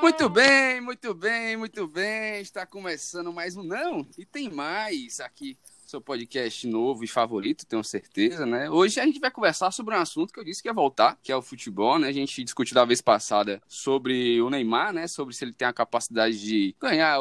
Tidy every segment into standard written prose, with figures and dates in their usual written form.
Muito bem, muito bem, muito bem. Está começando mais um Não e tem mais aqui. Seu podcast novo e favorito, tenho certeza, né? Hoje a gente vai conversar sobre um assunto que eu disse que ia voltar, que é o futebol, né? A gente discutiu da vez passada sobre o Neymar, né? Sobre se ele tem a capacidade de ganhar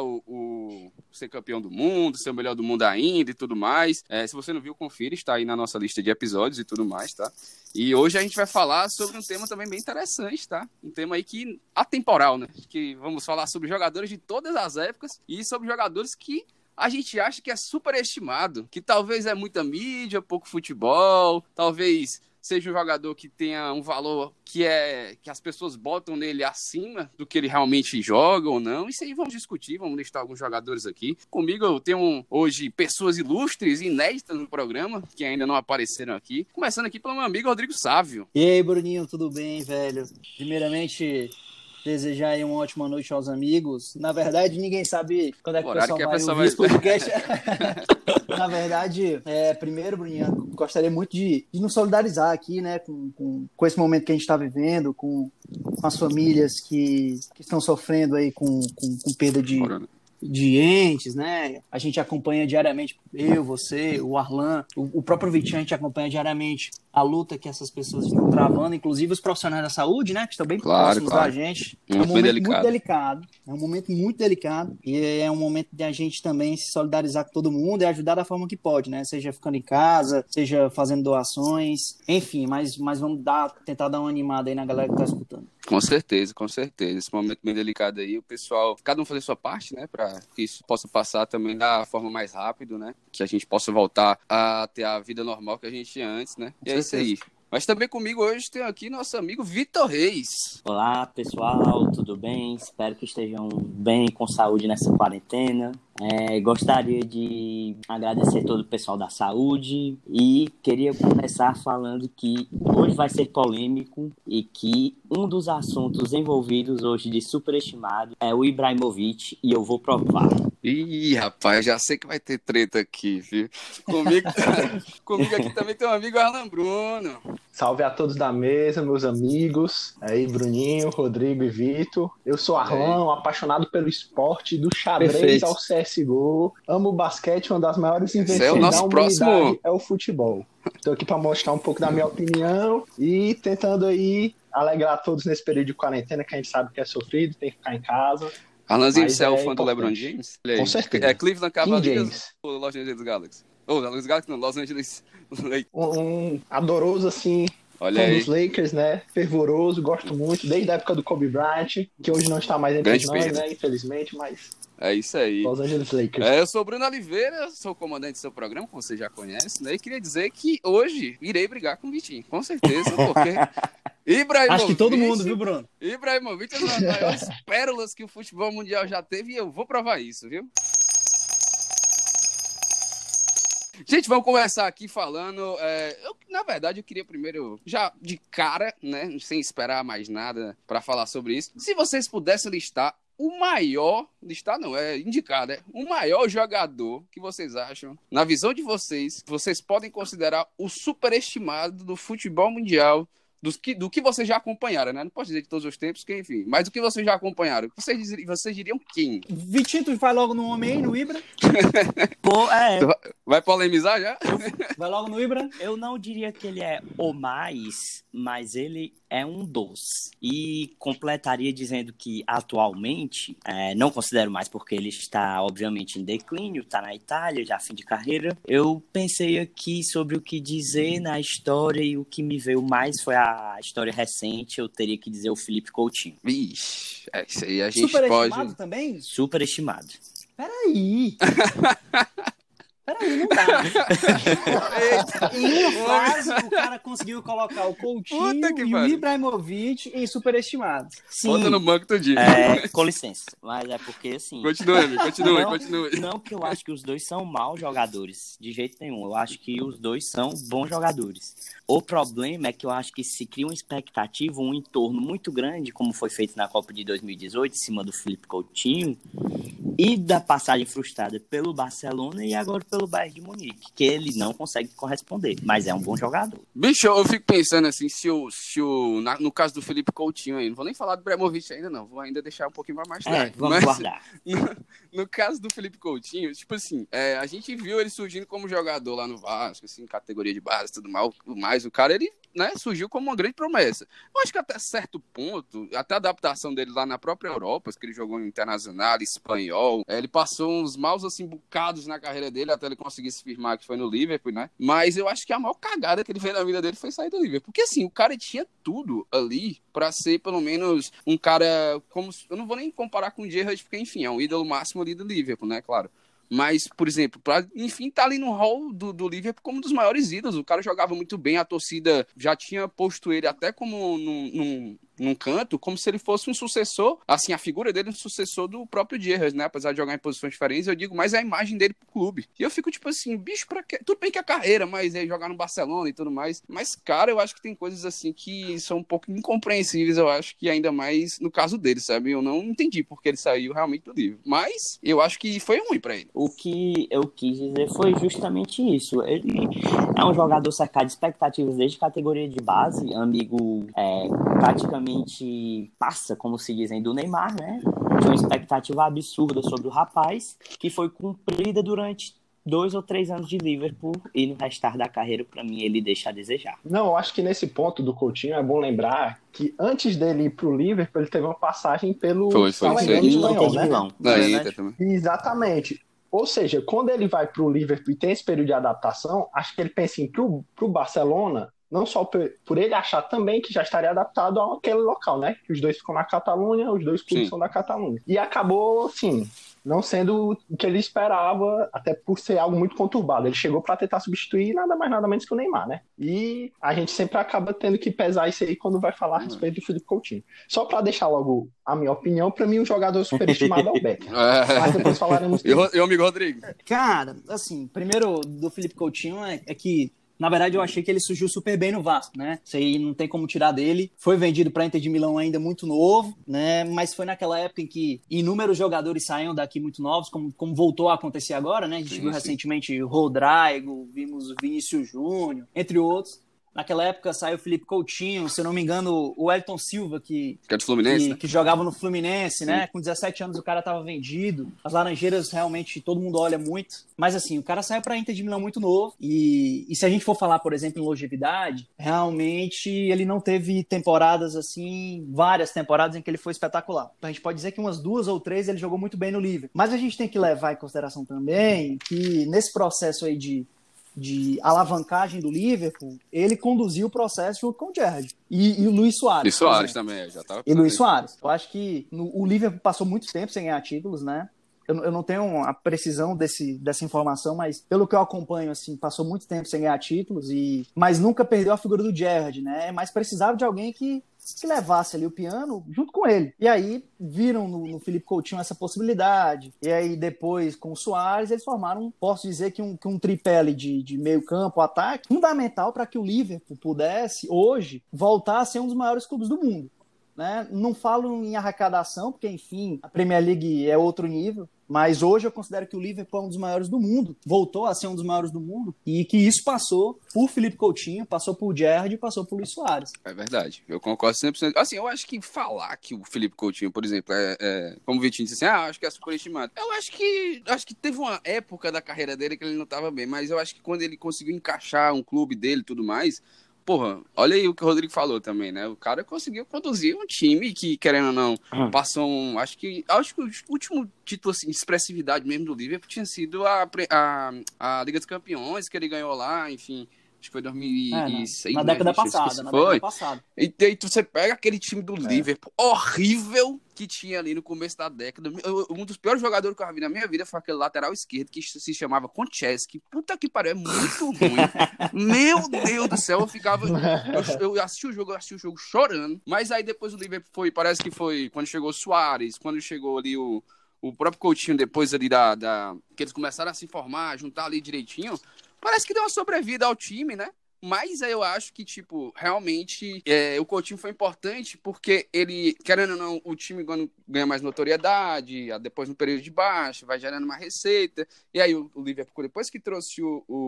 ser campeão do mundo, ser o melhor do mundo ainda e tudo mais. Se você não viu, confira, está aí na nossa lista de episódios e tudo mais, tá? E hoje a gente vai falar sobre um tema também bem interessante, tá? Um tema aí que atemporal, né? Que vamos falar sobre jogadores de todas as épocas e sobre jogadores que a gente acha que é superestimado, que talvez é muita mídia, pouco futebol, talvez seja um jogador que tenha um valor que as pessoas botam nele acima do que ele realmente joga ou não. Isso aí vamos discutir, vamos listar alguns jogadores aqui. Comigo eu tenho hoje pessoas ilustres e inéditas no programa, que ainda não apareceram aqui. Começando aqui pelo meu amigo Rodrigo Sávio. E aí, Bruninho, tudo bem, velho? Primeiramente, desejar aí uma ótima noite aos amigos. Na verdade, ninguém sabe quando é que o pessoal vai ouvir esse podcast. Na verdade, primeiro, Bruninho, gostaria muito de nos solidarizar aqui, né, com esse momento que a gente está vivendo, com as famílias que estão sofrendo aí com perda de entes, né? A gente acompanha diariamente, eu, você, o Arlan, o próprio Vitinho, a gente acompanha diariamente a luta que essas pessoas estão travando, inclusive os profissionais da saúde, né? Que estão bem próximos da gente. É um momento muito delicado. É um momento muito delicado e é um momento de a gente também se solidarizar com todo mundo e ajudar da forma que pode, né? Seja ficando em casa, seja fazendo doações, enfim, mas vamos tentar dar uma animada aí na galera que tá escutando. Com certeza, com certeza. Esse momento bem delicado aí, o pessoal, cada um fazer sua parte, né, para que isso possa passar também da forma mais rápido, né, que a gente possa voltar a ter a vida normal que a gente tinha antes, né, e é isso aí. Mas também comigo hoje tem aqui nosso amigo Vitor Reis. Olá, pessoal, tudo bem? Espero que estejam bem, com saúde nessa quarentena. Gostaria de agradecer todo o pessoal da saúde e queria começar falando que hoje vai ser polêmico e que um dos assuntos envolvidos hoje de superestimado é o Ibrahimovic e eu vou provar. Ih, rapaz, já sei que vai ter treta aqui, viu? Comigo aqui também tem um amigo Arlan Bruno. Salve a todos da mesa, meus amigos. Aí, Bruninho, Rodrigo e Vitor. Eu sou Arlan, um apaixonado pelo esporte, do xadrez ao CSGO. Amo o basquete, uma das maiores invenções da humanidade é o futebol. Estou aqui para mostrar um pouco da minha opinião e tentando aí alegrar todos nesse período de quarentena, que a gente sabe que é sofrido, tem que ficar em casa. Arlanzinho, você é o fã do LeBron James? Com certeza. É Cleveland Cavaliers ou Los Angeles Galaxy? Los Galaxy não, Los Angeles Lakers. Um adoroso, assim, olha dos Lakers, né? Fervoroso, gosto muito, desde a época do Kobe Bryant, que hoje não está mais entre nós, né? Infelizmente, mas... É isso aí. Los Angeles Lakers. Eu sou o Bruno Oliveira, sou o comandante do seu programa, como você já conhece, né? E queria dizer que hoje irei brigar com o Vitinho, com certeza, porque... Acho que todo mundo, viu, Bruno? Ibrahimovic é uma das maiores pérolas que o futebol mundial já teve e eu vou provar isso, viu? Gente, vamos começar aqui falando... na verdade, eu queria primeiro, já de cara, né, sem esperar mais nada para falar sobre isso, se vocês pudessem listar o maior... Listar não, indicar, né? O maior jogador que vocês acham, na visão de vocês podem considerar o superestimado do futebol mundial, do que vocês já acompanharam, né? Não posso dizer de todos os tempos, que enfim, mas do que vocês já acompanharam. Vocês diriam quem? Vitinho, tu vai logo no homem aí, no Ibra? Vai polemizar já? Vai logo no Ibra? Eu não diria que ele é o mais, mas ele é um dos. E completaria dizendo que atualmente, não considero mais porque ele está obviamente em declínio, está na Itália, já fim de carreira. Eu pensei aqui sobre o que dizer na história e o que me veio mais foi a história recente. Eu teria que dizer o Felipe Coutinho. Vixe, isso aí a gente superestimado também? Superestimado. Peraí, não dá. Em uma frase, o cara conseguiu colocar o Coutinho e o Ibrahimovic em superestimado. Sim. Bota no banco todo dia. Com licença, mas é porque assim... Continue. Não que eu acho que os dois são maus jogadores, de jeito nenhum. Eu acho que os dois são bons jogadores. O problema é que eu acho que se cria uma expectativa, um entorno muito grande, como foi feito na Copa de 2018, em cima do Felipe Coutinho, e da passagem frustrada pelo Barcelona e agora pelo Bayern de Munique, que ele não consegue corresponder, mas é um bom jogador. Bicho, eu fico pensando assim, no caso do Felipe Coutinho aí, não vou nem falar do Ibrahimovic ainda não, vou ainda deixar um pouquinho pra mais tarde. Vamos guardar. No caso do Felipe Coutinho, tipo assim, a gente viu ele surgindo como jogador lá no Vasco, assim, categoria de base, tudo mais, o cara, ele, né, surgiu como uma grande promessa. Eu acho que até certo ponto, até a adaptação dele lá na própria Europa, que ele jogou no Internacional, espanhol, ele passou uns maus, assim, bocados na carreira dele, até ele conseguir se firmar que foi no Liverpool, né? Mas eu acho que a maior cagada que ele fez na vida dele foi sair do Liverpool. Porque, assim, o cara tinha tudo ali pra ser, pelo menos, um cara como... Eu não vou nem comparar com o Gerrard, porque, enfim, é um ídolo máximo ali do Liverpool, né? Claro. Mas, por exemplo, enfim, tá ali no hall do Liverpool como um dos maiores ídolos. O cara jogava muito bem, a torcida já tinha posto ele até como num canto, como se ele fosse um sucessor, assim, a figura dele é um sucessor do próprio Gerrard, né? Apesar de jogar em posições diferentes, eu digo mais a imagem dele pro clube. E eu fico tipo assim, bicho, pra quê? Tudo bem que a carreira, mas é jogar no Barcelona e tudo mais. Mas, cara, eu acho que tem coisas assim que são um pouco incompreensíveis, eu acho que ainda mais no caso dele, sabe? Eu não entendi porque ele saiu realmente do livro. Mas eu acho que foi ruim pra ele. O que eu quis dizer foi justamente isso. Ele é um jogador cercado de expectativas desde categoria de base, amigo praticamente passa, como se dizem, do Neymar, né? Tinha uma expectativa absurda sobre o rapaz, que foi cumprida durante 2 ou 3 anos de Liverpool e no restar da carreira, para mim, ele deixa a desejar. Não, eu acho que nesse ponto do Coutinho é bom lembrar que antes dele ir pro Liverpool, ele teve uma passagem pelo espanhol, né? Milão, Exatamente. Ou seja, quando ele vai pro Liverpool e tem esse período de adaptação, acho que ele pensa em pro Barcelona, não só por ele achar também que já estaria adaptado àquele local, né? Que os dois ficam na Catalunha, os dois clubes são da Catalunha. E acabou, assim, não sendo o que ele esperava, até por ser algo muito conturbado. Ele chegou para tentar substituir nada mais nada menos que o Neymar, né? E a gente sempre acaba tendo que pesar isso aí quando vai falar a respeito do Felipe Coutinho. Só para deixar logo a minha opinião, para mim o jogador superestimado é o Beckham. Mas depois falaremos disso. E o amigo Rodrigo? Cara, assim, primeiro do Felipe Coutinho é que na verdade, eu achei que ele surgiu super bem no Vasco, né? Isso aí não tem como tirar dele. Foi vendido para a Inter de Milão ainda muito novo, né? Mas foi naquela época em que inúmeros jogadores saíam daqui muito novos, como voltou a acontecer agora, né? A gente viu recentemente o Rodrigo, vimos o Vinícius Júnior, entre outros. Naquela época saiu o Felipe Coutinho, se eu não me engano, o Elton Silva, que é do Fluminense, né? Que jogava no Fluminense, né? Com 17 anos o cara estava vendido. As Laranjeiras realmente todo mundo olha muito. Mas assim, o cara saiu para a Inter de Milão muito novo. E se a gente for falar, por exemplo, em longevidade, realmente ele não teve temporadas assim, várias temporadas em que ele foi espetacular. Então a gente pode dizer que umas 2 ou 3 ele jogou muito bem no Liverpool. Mas a gente tem que levar em consideração também que nesse processo aí de alavancagem do Liverpool, ele conduziu o processo junto com o Gerrard. E o Luís Soares. Luís Soares também, já estava. E Luís Soares. Eu acho que o Liverpool passou muito tempo sem ganhar títulos, né? Eu não tenho a precisão dessa informação, mas pelo que eu acompanho, assim, passou muito tempo sem ganhar títulos, mas nunca perdeu a figura do Gerrard, né? Mas precisava de alguém que levasse ali o piano junto com ele. E aí viram no Felipe Coutinho essa possibilidade. E aí depois, com o Soares, eles formaram, posso dizer que um tripé ali de meio campo, ataque, fundamental para que o Liverpool pudesse, hoje, voltar a ser um dos maiores clubes do mundo. Né? Não falo em arrecadação, porque, enfim, a Premier League é outro nível, mas hoje eu considero que o Liverpool é um dos maiores do mundo, voltou a ser um dos maiores do mundo, e que isso passou por Felipe Coutinho, passou por Gerrard e passou por Luís Soares. É verdade, eu concordo 100%. Assim, eu acho que falar que o Felipe Coutinho, por exemplo, como o Vitinho disse assim, acho que é superestimado. Eu acho que teve uma época da carreira dele que ele não estava bem, mas eu acho que quando ele conseguiu encaixar um clube dele e tudo mais, porra, olha aí o que o Rodrigo falou também, né? O cara conseguiu conduzir um time que, querendo ou não, passou acho que o último título, assim, de expressividade mesmo do Liverpool tinha sido a Liga dos Campeões, que ele ganhou lá, enfim. Acho que foi 2006. Na década passada. E aí você pega aquele time do Liverpool, horrível, que tinha ali no começo da década. Um dos piores jogadores que eu vi na minha vida foi aquele lateral esquerdo que se chamava Konchesky. Puta que pariu, é muito ruim. Meu Deus do céu, eu assisti o jogo chorando. Mas aí depois o Liverpool parece que foi quando chegou o Soares, quando chegou ali o próprio Coutinho, depois ali que eles começaram a se formar, juntar ali direitinho. Parece que deu uma sobrevida ao time, né? Mas eu acho que, tipo, realmente o Coutinho foi importante porque ele, querendo ou não, o time ganha mais notoriedade, depois no período de baixo, vai gerando mais receita. E aí o Liverpool, depois que trouxe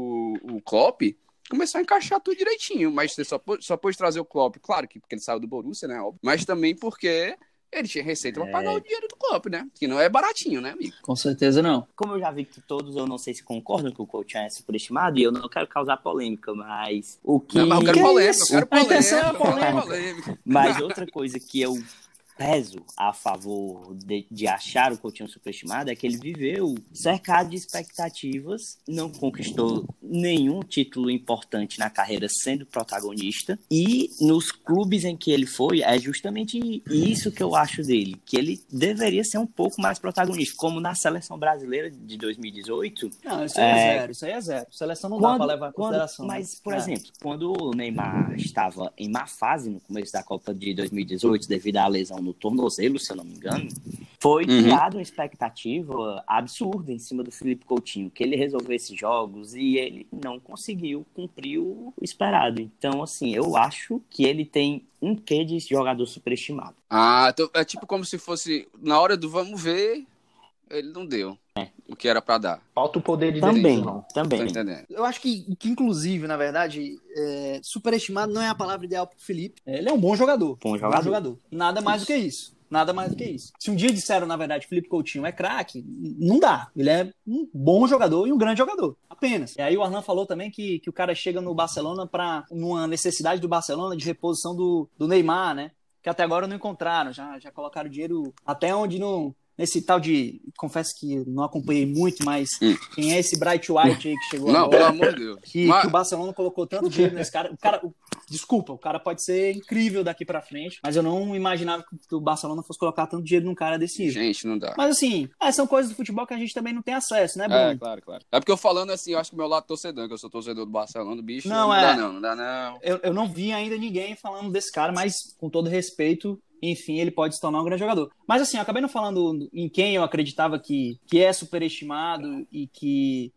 o Klopp, começou a encaixar tudo direitinho. Mas você só pôde trazer o Klopp, claro, porque ele saiu do Borussia, né? Óbvio, mas também porque ele tinha receita pra pagar o dinheiro do Klopp, né? Que não é baratinho, né, amigo? Com certeza não. Como eu já vi que todos, eu não sei se concordam que o Coutinho é superestimado, e eu não quero causar polêmica, mas o que... Não, mas eu quero polêmica. Mas outra coisa que eu peso a favor de achar o Coutinho superestimado é que ele viveu cercado de expectativas, não conquistou nenhum título importante na carreira sendo protagonista, e nos clubes em que ele foi, é justamente isso que eu acho dele, que ele deveria ser um pouco mais protagonista, como na seleção brasileira de 2018. Não, isso aí é zero. Seleção não dá pra levar em consideração. Mas, por exemplo, quando o Neymar estava em má fase no começo da Copa de 2018, devido à lesão no tornozelo, se eu não me engano, foi criada uma expectativa absurda em cima do Felipe Coutinho, que ele resolvesse jogos e ele não conseguiu cumprir o esperado. Então, assim, eu acho que ele tem um quê de jogador superestimado. Então é tipo como se fosse, na hora do vamos ver, ele não deu o que era pra dar. Falta o poder de decisão. Também. Tô entendendo. Eu acho que inclusive, na verdade, superestimado não é a palavra ideal pro Felipe. Ele é um bom jogador. Bom jogador. Nada mais do que isso. Se um dia disseram, na verdade, Felipe Coutinho é craque, não dá. Ele é um bom jogador e um grande jogador. Apenas. E aí o Arlan falou também que o cara chega no Barcelona numa necessidade do Barcelona de reposição do Neymar, né? Que até agora não encontraram. Já colocaram dinheiro até onde não... Nesse tal de... Confesso que não acompanhei muito, mas quem é esse Bright White aí que chegou agora? Não, pelo amor de Deus. Que o Barcelona colocou tanto dinheiro nesse cara. Desculpa, o cara pode ser incrível daqui pra frente, mas eu não imaginava que o Barcelona fosse colocar tanto dinheiro num cara desse nível. Gente, não dá. Mas assim, são coisas do futebol que a gente também não tem acesso, né, Bruno? Claro. É porque eu falando assim, eu acho que o meu lado torcedor, que eu sou torcedor do Barcelona, bicho, não dá não. Eu não vi ainda ninguém falando desse cara, mas com todo respeito, enfim, ele pode se tornar um grande jogador. Mas assim, eu acabei não falando em quem eu acreditava que é superestimado e que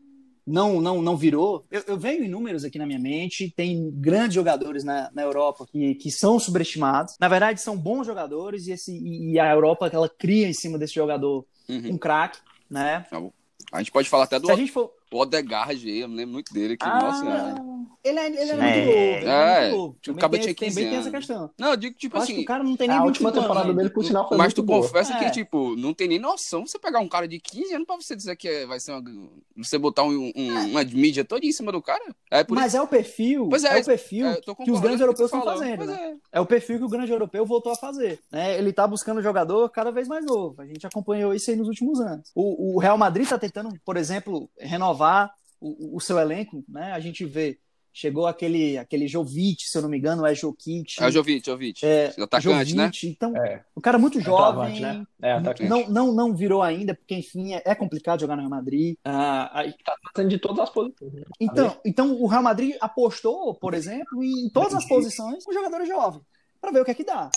não virou. Eu venho em números aqui na minha mente, tem grandes jogadores na Europa que são superestimados. Na verdade, são bons jogadores e a Europa ela cria em cima desse jogador um craque, né? A gente pode falar até do... Se a gente for... O Odegaard, eu me lembro muito dele. Ele é muito novo. Também tem essa questão. Não, eu digo, tipo eu assim... acho que o cara não tem nem a última temporada dele, por sinal, foi mas muito tu boa. confessa que, tipo, não tem nem noção você pegar um cara de 15 anos pra você dizer que vai ser você botar uma mídia toda em cima do cara. Mas é o perfil, que os grandes europeus estão fazendo, né? É o perfil que o grande europeu voltou a fazer. Né? Ele tá buscando jogador cada vez mais novo. A gente acompanhou isso aí nos últimos anos. O Real Madrid tá tentando, por exemplo, renovar o seu elenco, né? A gente vê, chegou aquele Jovic, se eu não me engano, é Jokic. É o Jovic. Atacante, né? Então, o cara muito jovem, né? não virou ainda, porque, enfim, é complicado jogar no Real Madrid. Tá passando de todas as posições. Né? Então, o Real Madrid apostou, por exemplo, em todas as posições com jogadores jovens, para ver o que é que dá.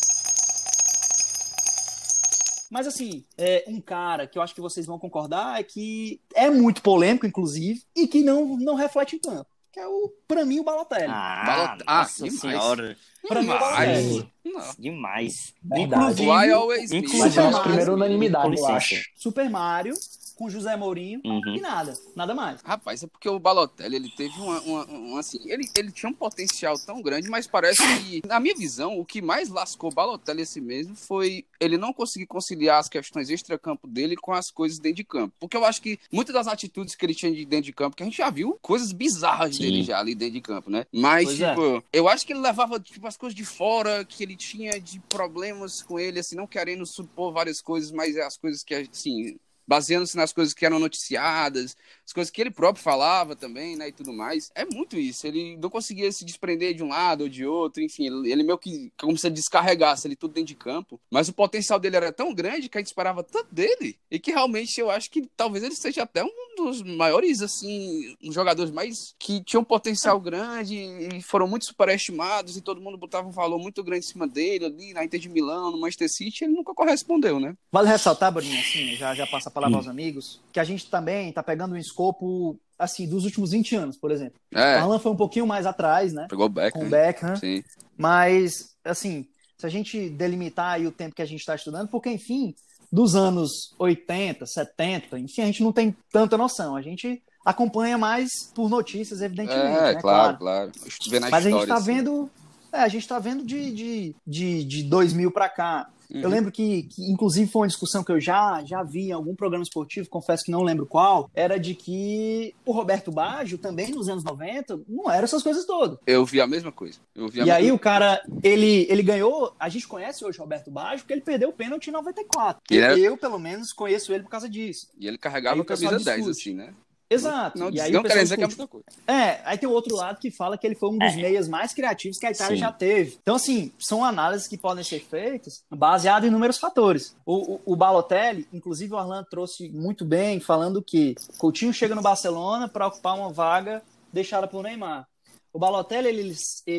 Mas, assim, um cara que eu acho que vocês vão concordar é que é muito polêmico, inclusive, e que não reflete em campo. Que é, pra mim, o Balotelli. Nossa senhora. Pra mim, o Balotelli. Demais. Inclusive, vai ser primeira unanimidade, eu acho. Super Mario, com José Mourinho e nada mais. Rapaz, é porque o Balotelli, ele teve assim, ele tinha um potencial tão grande, mas parece que, na minha visão, o que mais lascou o Balotelli esse mesmo foi ele não conseguir conciliar as questões extra-campo dele com as coisas dentro de campo. Porque eu acho que muitas das atitudes que ele tinha de dentro de campo, que a gente já viu coisas bizarras dele já ali dentro de campo, né? Mas, eu acho que ele levava, as coisas de fora, que ele tinha de problemas com ele, assim, não querendo supor várias coisas, mas as coisas que, assim, baseando-se nas coisas que eram noticiadas, as coisas que ele próprio falava também, né, e tudo mais. É muito isso. Ele não conseguia se desprender de um lado ou de outro, enfim, ele meio que como se ele descarregasse ele tudo dentro de campo. Mas o potencial dele era tão grande que a gente esperava tanto dele, e que realmente eu acho que talvez ele seja até um dos maiores, assim, um jogadores mais que tinham um potencial grande e foram muito superestimados, e todo mundo botava um valor muito grande em cima dele ali, na Inter de Milão, no Manchester City, ele nunca correspondeu, né? Vale ressaltar, Bruninho, assim, já passa a palavra aos amigos, que a gente também tá pegando um escopo assim, dos últimos 20 anos, por exemplo. O É, Haaland foi um pouquinho mais atrás, né? pegou o Com o Beckham. Beckham. Sim. Mas, assim, se a gente delimitar aí o tempo que a gente está estudando, porque, enfim, dos anos 80, 70, enfim, a gente não tem tanta noção. A gente acompanha mais por notícias, evidentemente, né? Claro. Vê na Mas a gente história, está assim. vendo, a gente tá vendo de 2000 para cá. Uhum. Eu lembro que, inclusive, foi uma discussão que eu já vi em algum programa esportivo, confesso que não lembro qual, era de que o Roberto Baggio, também nos anos 90, não era essas coisas todas. Eu vi a mesma coisa. E aí o cara, ele ganhou, a gente conhece hoje o Roberto Baggio porque ele perdeu o pênalti em 94. Eu, pelo menos, conheço ele por causa disso. E ele carregava a camisa 10, assim, né? Exato. Não e aí querendo dizer que é muita coisa. Aí tem o outro lado que fala que ele foi um dos meias mais criativos que a Itália já teve. Então, assim, são análises que podem ser feitas baseadas em inúmeros fatores. O Balotelli, inclusive o Arlan trouxe muito bem, falando que Coutinho chega no Barcelona para ocupar uma vaga deixada por Neymar. O Balotelli,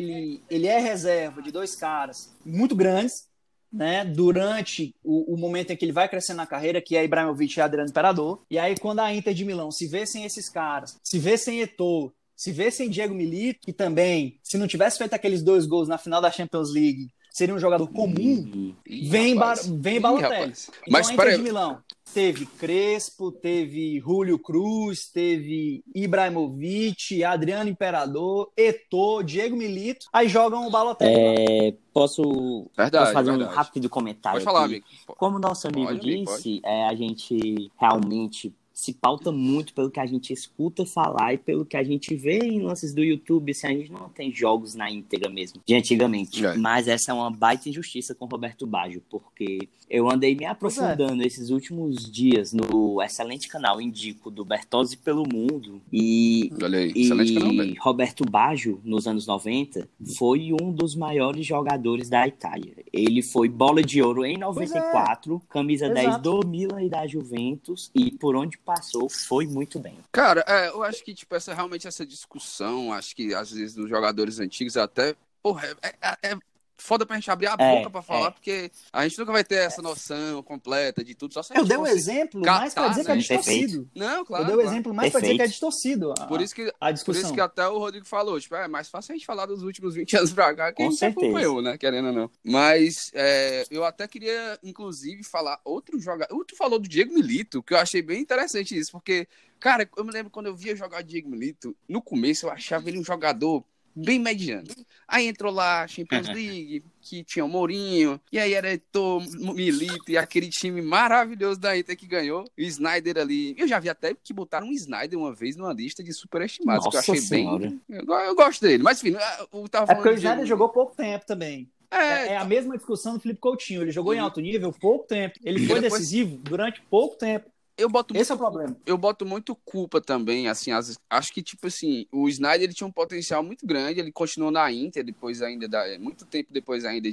ele é reserva de dois caras muito grandes, né, durante o momento em que ele vai crescendo na carreira, que é Ibrahimovic e Adriano Imperador. E aí, quando a Inter de Milão se vê sem esses caras, se vê sem Eto'o, se vê sem Diego Milito, que também, se não tivesse feito aqueles 2 gols na final da Champions League, seria um jogador comum, vem Balotelli. Então, mas a Inter de Milão teve Crespo, teve Júlio Cruz, teve Ibrahimovic, Adriano Imperador, Eto'o, Diego Milito, aí jogam o Balotelli. Posso fazer um rápido comentário Pode falar, aqui? amigo. Como nosso amigo disse, a gente realmente se pauta muito pelo que a gente escuta falar e pelo que a gente vê em lances do YouTube. Assim, a gente não tem jogos na íntegra mesmo, de antigamente. Mas essa é uma baita injustiça com o Roberto Baggio, porque eu andei me aprofundando esses últimos dias no excelente canal Indico do Bertozzi pelo Mundo. Olha aí, excelente canal mesmo. Roberto Baggio, nos anos 90, foi um dos maiores jogadores da Itália. Ele foi bola de ouro em 94, camisa 10 do Milan e da Juventus, e por onde passou, foi muito bem. Cara, eu acho que, tipo, realmente essa discussão, acho que, às vezes, dos jogadores antigos até, porra, é foda pra gente abrir a boca pra falar, porque a gente nunca vai ter essa noção completa de tudo. Só se a gente dei o exemplo mais pra dizer que é distorcido. Não, claro. Eu dei o exemplo mais pra dizer que é distorcido por isso que discussão. Até o Rodrigo falou, tipo, é mais fácil a gente falar dos últimos 20 anos pra cá, que Com a gente certeza. acompanhou, né, querendo ou não. Mas eu até queria, inclusive, falar outro jogador. Tu falou do Diego Milito, que eu achei bem interessante isso, porque, cara, eu me lembro quando eu via jogar o Diego Milito, no começo eu achava ele um jogador bem mediano. Aí entrou lá a Champions League, que tinha o Mourinho, e aí era Eto'o, Milito, e aquele time maravilhoso da Inter que ganhou, o Sneijder ali. Eu já vi até que botaram um Sneijder uma vez numa lista de superestimados, que eu achei bem... Eu gosto dele, mas enfim... Porque o Sneijder jogou pouco tempo também. É a mesma discussão do Felipe Coutinho. Ele jogou em alto nível pouco tempo. Ele foi decisivo durante pouco tempo. Esse é o problema. Eu boto muito culpa também, assim, acho que, tipo assim, o Sneijder, ele tinha um potencial muito grande, ele continuou na Inter, depois ainda, muito tempo depois ainda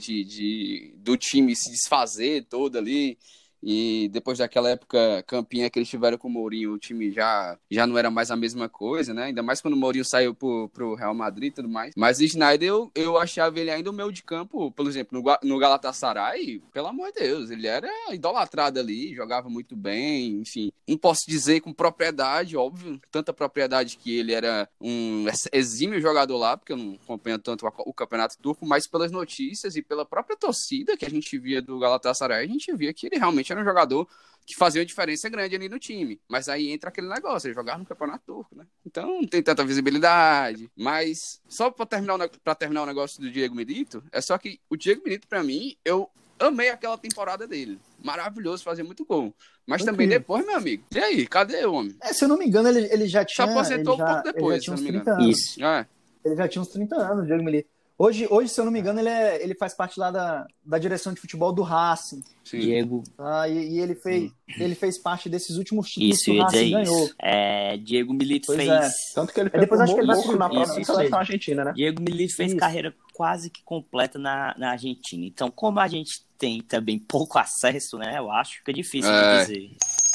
do time se desfazer todo ali, e depois daquela época campinha que eles tiveram com o Mourinho, o time já não era mais a mesma coisa, né? Ainda mais quando o Mourinho saiu pro Real Madrid e tudo mais. Mas o Sneijder, eu achava ele ainda o meio de campo, por exemplo, no Galatasaray, pelo amor de Deus, ele era idolatrado ali, jogava muito bem, enfim. Não posso dizer com propriedade, óbvio, tanta propriedade que ele era um exímio jogador lá, porque eu não acompanho tanto o campeonato turco, mas pelas notícias e pela própria torcida que a gente via do Galatasaray, a gente via que ele realmente era um jogador que fazia uma diferença grande ali no time. Mas aí entra aquele negócio, ele jogava no campeonato turco, né? Então não tem tanta visibilidade. Mas só pra terminar o negócio do Diego Milito, é só que o Diego Milito, pra mim, eu amei aquela temporada dele. Maravilhoso, fazia muito gol. Mas também depois, meu amigo, e aí, cadê o homem? Se eu não me engano, ele já tinha... Se aposentou um pouco depois, se eu não me engano. 30 anos. Isso. Ele já tinha uns 30 anos, o Diego Milito. Hoje, se eu não me engano, ele faz parte lá da direção de futebol do Racing. Sim. Diego. E ele fez parte desses últimos títulos Isso, que o Racing ganhou. Diego Milito Pois fez... Tanto que ele depois acho que ele vai louco na próxima Isso, seleção argentina, né? Diego Milito fez carreira quase que completa na Argentina. Então, como a gente tem também pouco acesso, né? Eu acho que é difícil de dizer.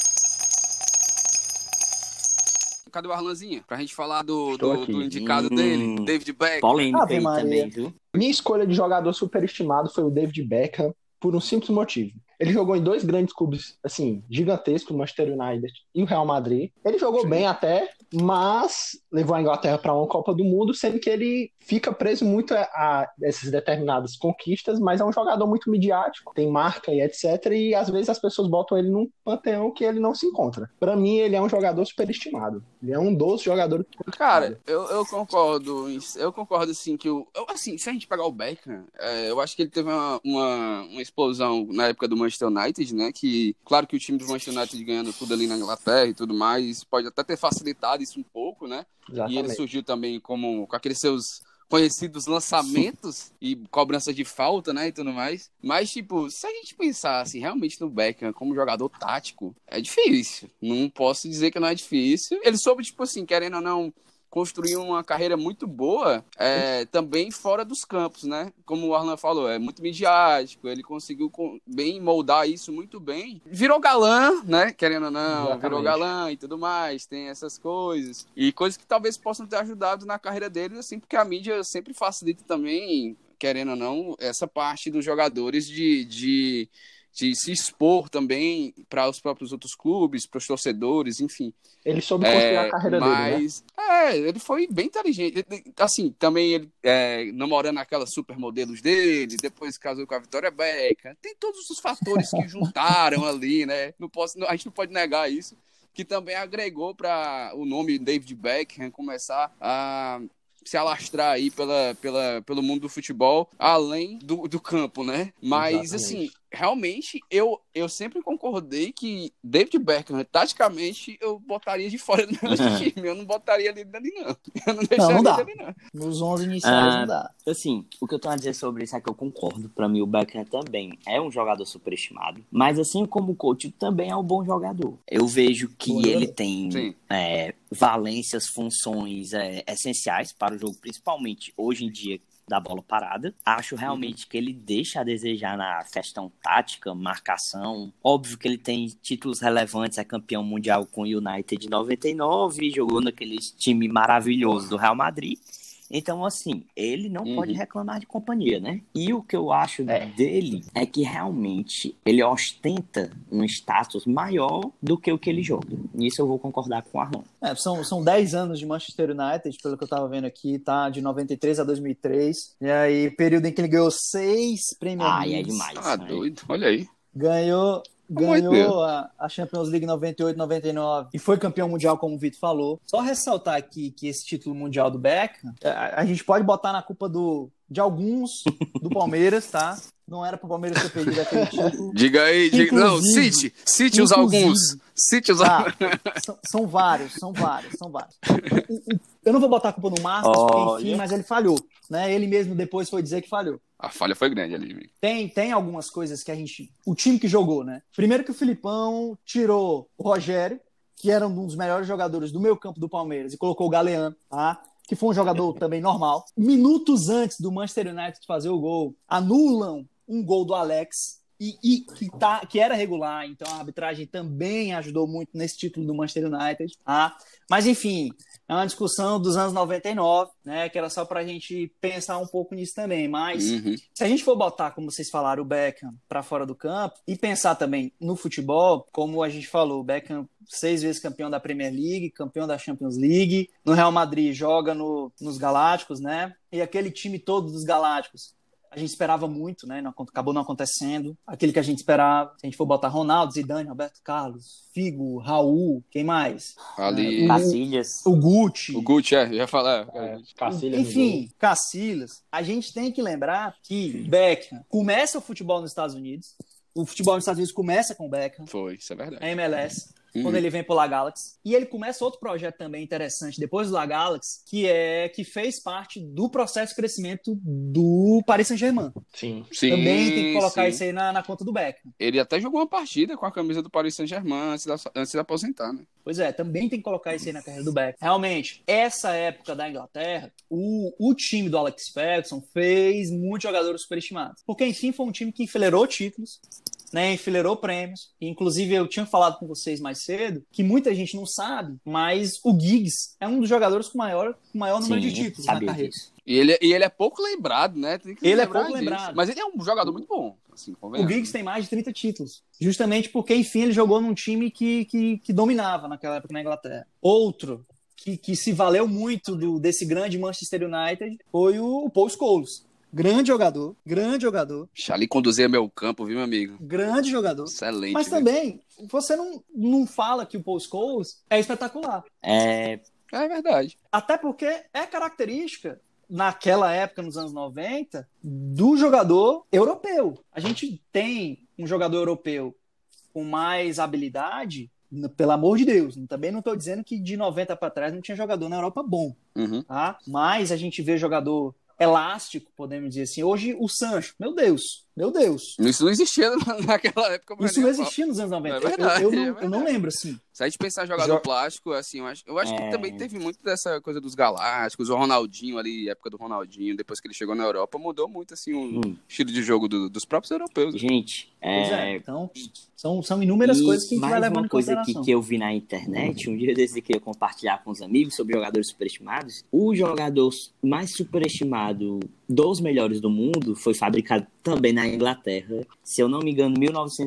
Cadê o Arlanzinha? Pra gente falar do indicado Hum. dele, David Beckham. Polêmica Ave aí Maria. também, viu? Minha escolha de jogador superestimado foi o David Beckham por um simples motivo. Ele jogou em 2 grandes clubes, assim, gigantescos, o Manchester United e o Real Madrid. Ele jogou bem até, mas levou a Inglaterra para uma Copa do Mundo, sendo que ele fica preso muito a essas determinadas conquistas, mas é um jogador muito midiático, tem marca e etc, e às vezes as pessoas botam ele num panteão que ele não se encontra. Para mim, ele é um jogador superestimado. Ele é um dos jogadores Cara, eu concordo. Eu concordo, assim, que assim, se a gente pegar o Beckham, eu acho que ele teve uma explosão na época do Manchester United, né? Que, claro que o time do Manchester United ganhando tudo ali na Inglaterra e tudo mais, pode até ter facilitado isso um pouco, né? Exatamente. E ele surgiu também com aqueles seus conhecidos lançamentos e cobranças de falta, né, e tudo mais. Mas, tipo, se a gente pensar, assim, realmente no Beckham como jogador tático, é difícil. Não posso dizer que não é difícil. Ele soube, tipo assim, querendo ou não, construir uma carreira muito boa também fora dos campos, né? Como o Arlan falou, é muito midiático, ele conseguiu bem moldar isso muito bem. Virou galã, né? Querendo ou não, exatamente. Virou galã e tudo mais, tem essas coisas. E coisas que talvez possam ter ajudado na carreira dele, assim, porque a mídia sempre facilita também, querendo ou não, essa parte dos jogadores de se expor também para os próprios outros clubes, para os torcedores, enfim. Ele soube construir a carreira dele, né? Ele foi bem inteligente. Assim, também ele namorando aquelas supermodelos dele, depois casou com a Victoria Beckham. Tem todos os fatores que juntaram ali, né? A gente não pode negar isso, que também agregou para o nome David Beckham começar a se alastrar aí pelo mundo do futebol, além do campo, né? Mas, exatamente. Assim, realmente, eu sempre concordei que David Beckham, taticamente, eu botaria de fora do meu time. Eu não botaria ele ali, não. Eu não deixaria ele ali, não. Nos 11 iniciais não dá. Assim, o que eu tenho a dizer sobre isso é que eu concordo. Pra mim, o Beckham também é um jogador superestimado. Mas, assim como o Coutinho, também é um bom jogador. Eu vejo que ele tem valências, funções essenciais para o jogo, principalmente hoje em dia, da bola parada. Acho realmente que ele deixa a desejar na questão tática, marcação. Óbvio que ele tem títulos relevantes, é campeão mundial com o United de 99, jogou naquele time maravilhoso do Real Madrid. Então, assim, ele não pode reclamar de companhia, né? E o que eu acho dele é que realmente ele ostenta um status maior do que o que ele joga. Nisso eu vou concordar com o Arlon. São 10 anos de Manchester United, pelo que eu tava vendo aqui, tá? De 93 a 2003. E aí, período em que ele ganhou 6 Premier League. É demais. Doido, olha aí. Ganhou a Champions League 98, 99 e foi campeão mundial, como o Vitor falou. Só ressaltar aqui que esse título mundial do Beckham, a gente pode botar na culpa de alguns do Palmeiras, tá? Não era pro Palmeiras ter perdido aquele título. Diga aí, não, cite os alguns. Cite os alguns. São vários. Eu não vou botar a culpa no Marcos, porque, enfim, mas ele falhou, né? Ele mesmo depois foi dizer que falhou. A falha foi grande ali. Tem algumas coisas que o time que jogou, né? Primeiro que o Filipão tirou o Rogério, que era um dos melhores jogadores do meio campo do Palmeiras, e colocou o Galeano, tá? Que foi um jogador também normal. Minutos antes do Manchester United fazer o gol, anulam um gol do Alex, que era regular, então a arbitragem também ajudou muito nesse título do Manchester United. Tá? Mas, enfim, é uma discussão dos anos 99, né, que era só pra gente pensar um pouco nisso também. Mas, se a gente for botar, como vocês falaram, o Beckham pra fora do campo, e pensar também no futebol, como a gente falou, o Beckham 6 vezes campeão da Premier League, campeão da Champions League, no Real Madrid joga nos Galácticos, né, e aquele time todo dos Galácticos, a gente esperava muito, né? Acabou não acontecendo. Aquele que a gente esperava, se a gente for botar Ronaldo, Zidane, Roberto Carlos, Figo, Raul, quem mais? Ali. Cacilhas. O Gucci. O Gucci, ia falar. Cacilhas. Enfim, Cacilhas. A gente tem que lembrar que Beckham começa o futebol nos Estados Unidos. O futebol nos Estados Unidos começa com o Beckham. Foi, isso é verdade. A MLS. Quando ele vem pro La Galaxy. E ele começa outro projeto também interessante depois do La Galaxy, que fez parte do processo de crescimento do Paris Saint-Germain. Sim. Também tem que colocar isso aí na conta do Beckham. Ele até jogou uma partida com a camisa do Paris Saint-Germain antes de aposentar, né? Pois é, também tem que colocar isso aí na carreira do Beckham. Realmente, essa época da Inglaterra, o time do Alex Ferguson fez muitos jogadores superestimados. Porque, enfim, foi um time que enfileirou títulos, né, enfileirou prêmios. Inclusive, eu tinha falado com vocês mais cedo que muita gente não sabe, mas o Giggs é um dos jogadores com maior número de títulos na carreira. E ele é pouco lembrado, né? Ele é pouco lembrado. Mas ele é um jogador muito bom. Assim, o Giggs tem mais de 30 títulos. Justamente porque, enfim, ele jogou num time que dominava naquela época na Inglaterra. Outro que se valeu muito desse grande Manchester United foi o Paul Scholes. Grande jogador. Ali conduzia meu campo, viu, meu amigo? Grande jogador. Excelente. Mas também, você não fala que o Paul Scholes é espetacular. É verdade. Até porque é característica, naquela época, nos anos 90, do jogador europeu. A gente tem um jogador europeu com mais habilidade, pelo amor de Deus. Também não estou dizendo que de 90 para trás não tinha jogador na Europa bom. Tá? Mas a gente vê jogador elástico, podemos dizer assim. Hoje, o Sancho, meu Deus. Isso não existia naquela época. Isso não existia nos anos 90. É verdade, eu não lembro, assim. Se a gente pensar em jogador plástico, assim, eu acho que também teve muito dessa coisa dos galácticos, o Ronaldinho ali, época do Ronaldinho, depois que ele chegou na Europa, mudou muito, assim, o estilo de jogo dos próprios europeus. Gente, então, são inúmeras coisas que a gente vai levando em consideração. Mais uma coisa que eu vi na internet, um dia desse que eu ia compartilhar com os amigos sobre jogadores superestimados, o jogador mais superestimado dos melhores do mundo foi fabricado também na Inglaterra, se eu não me engano,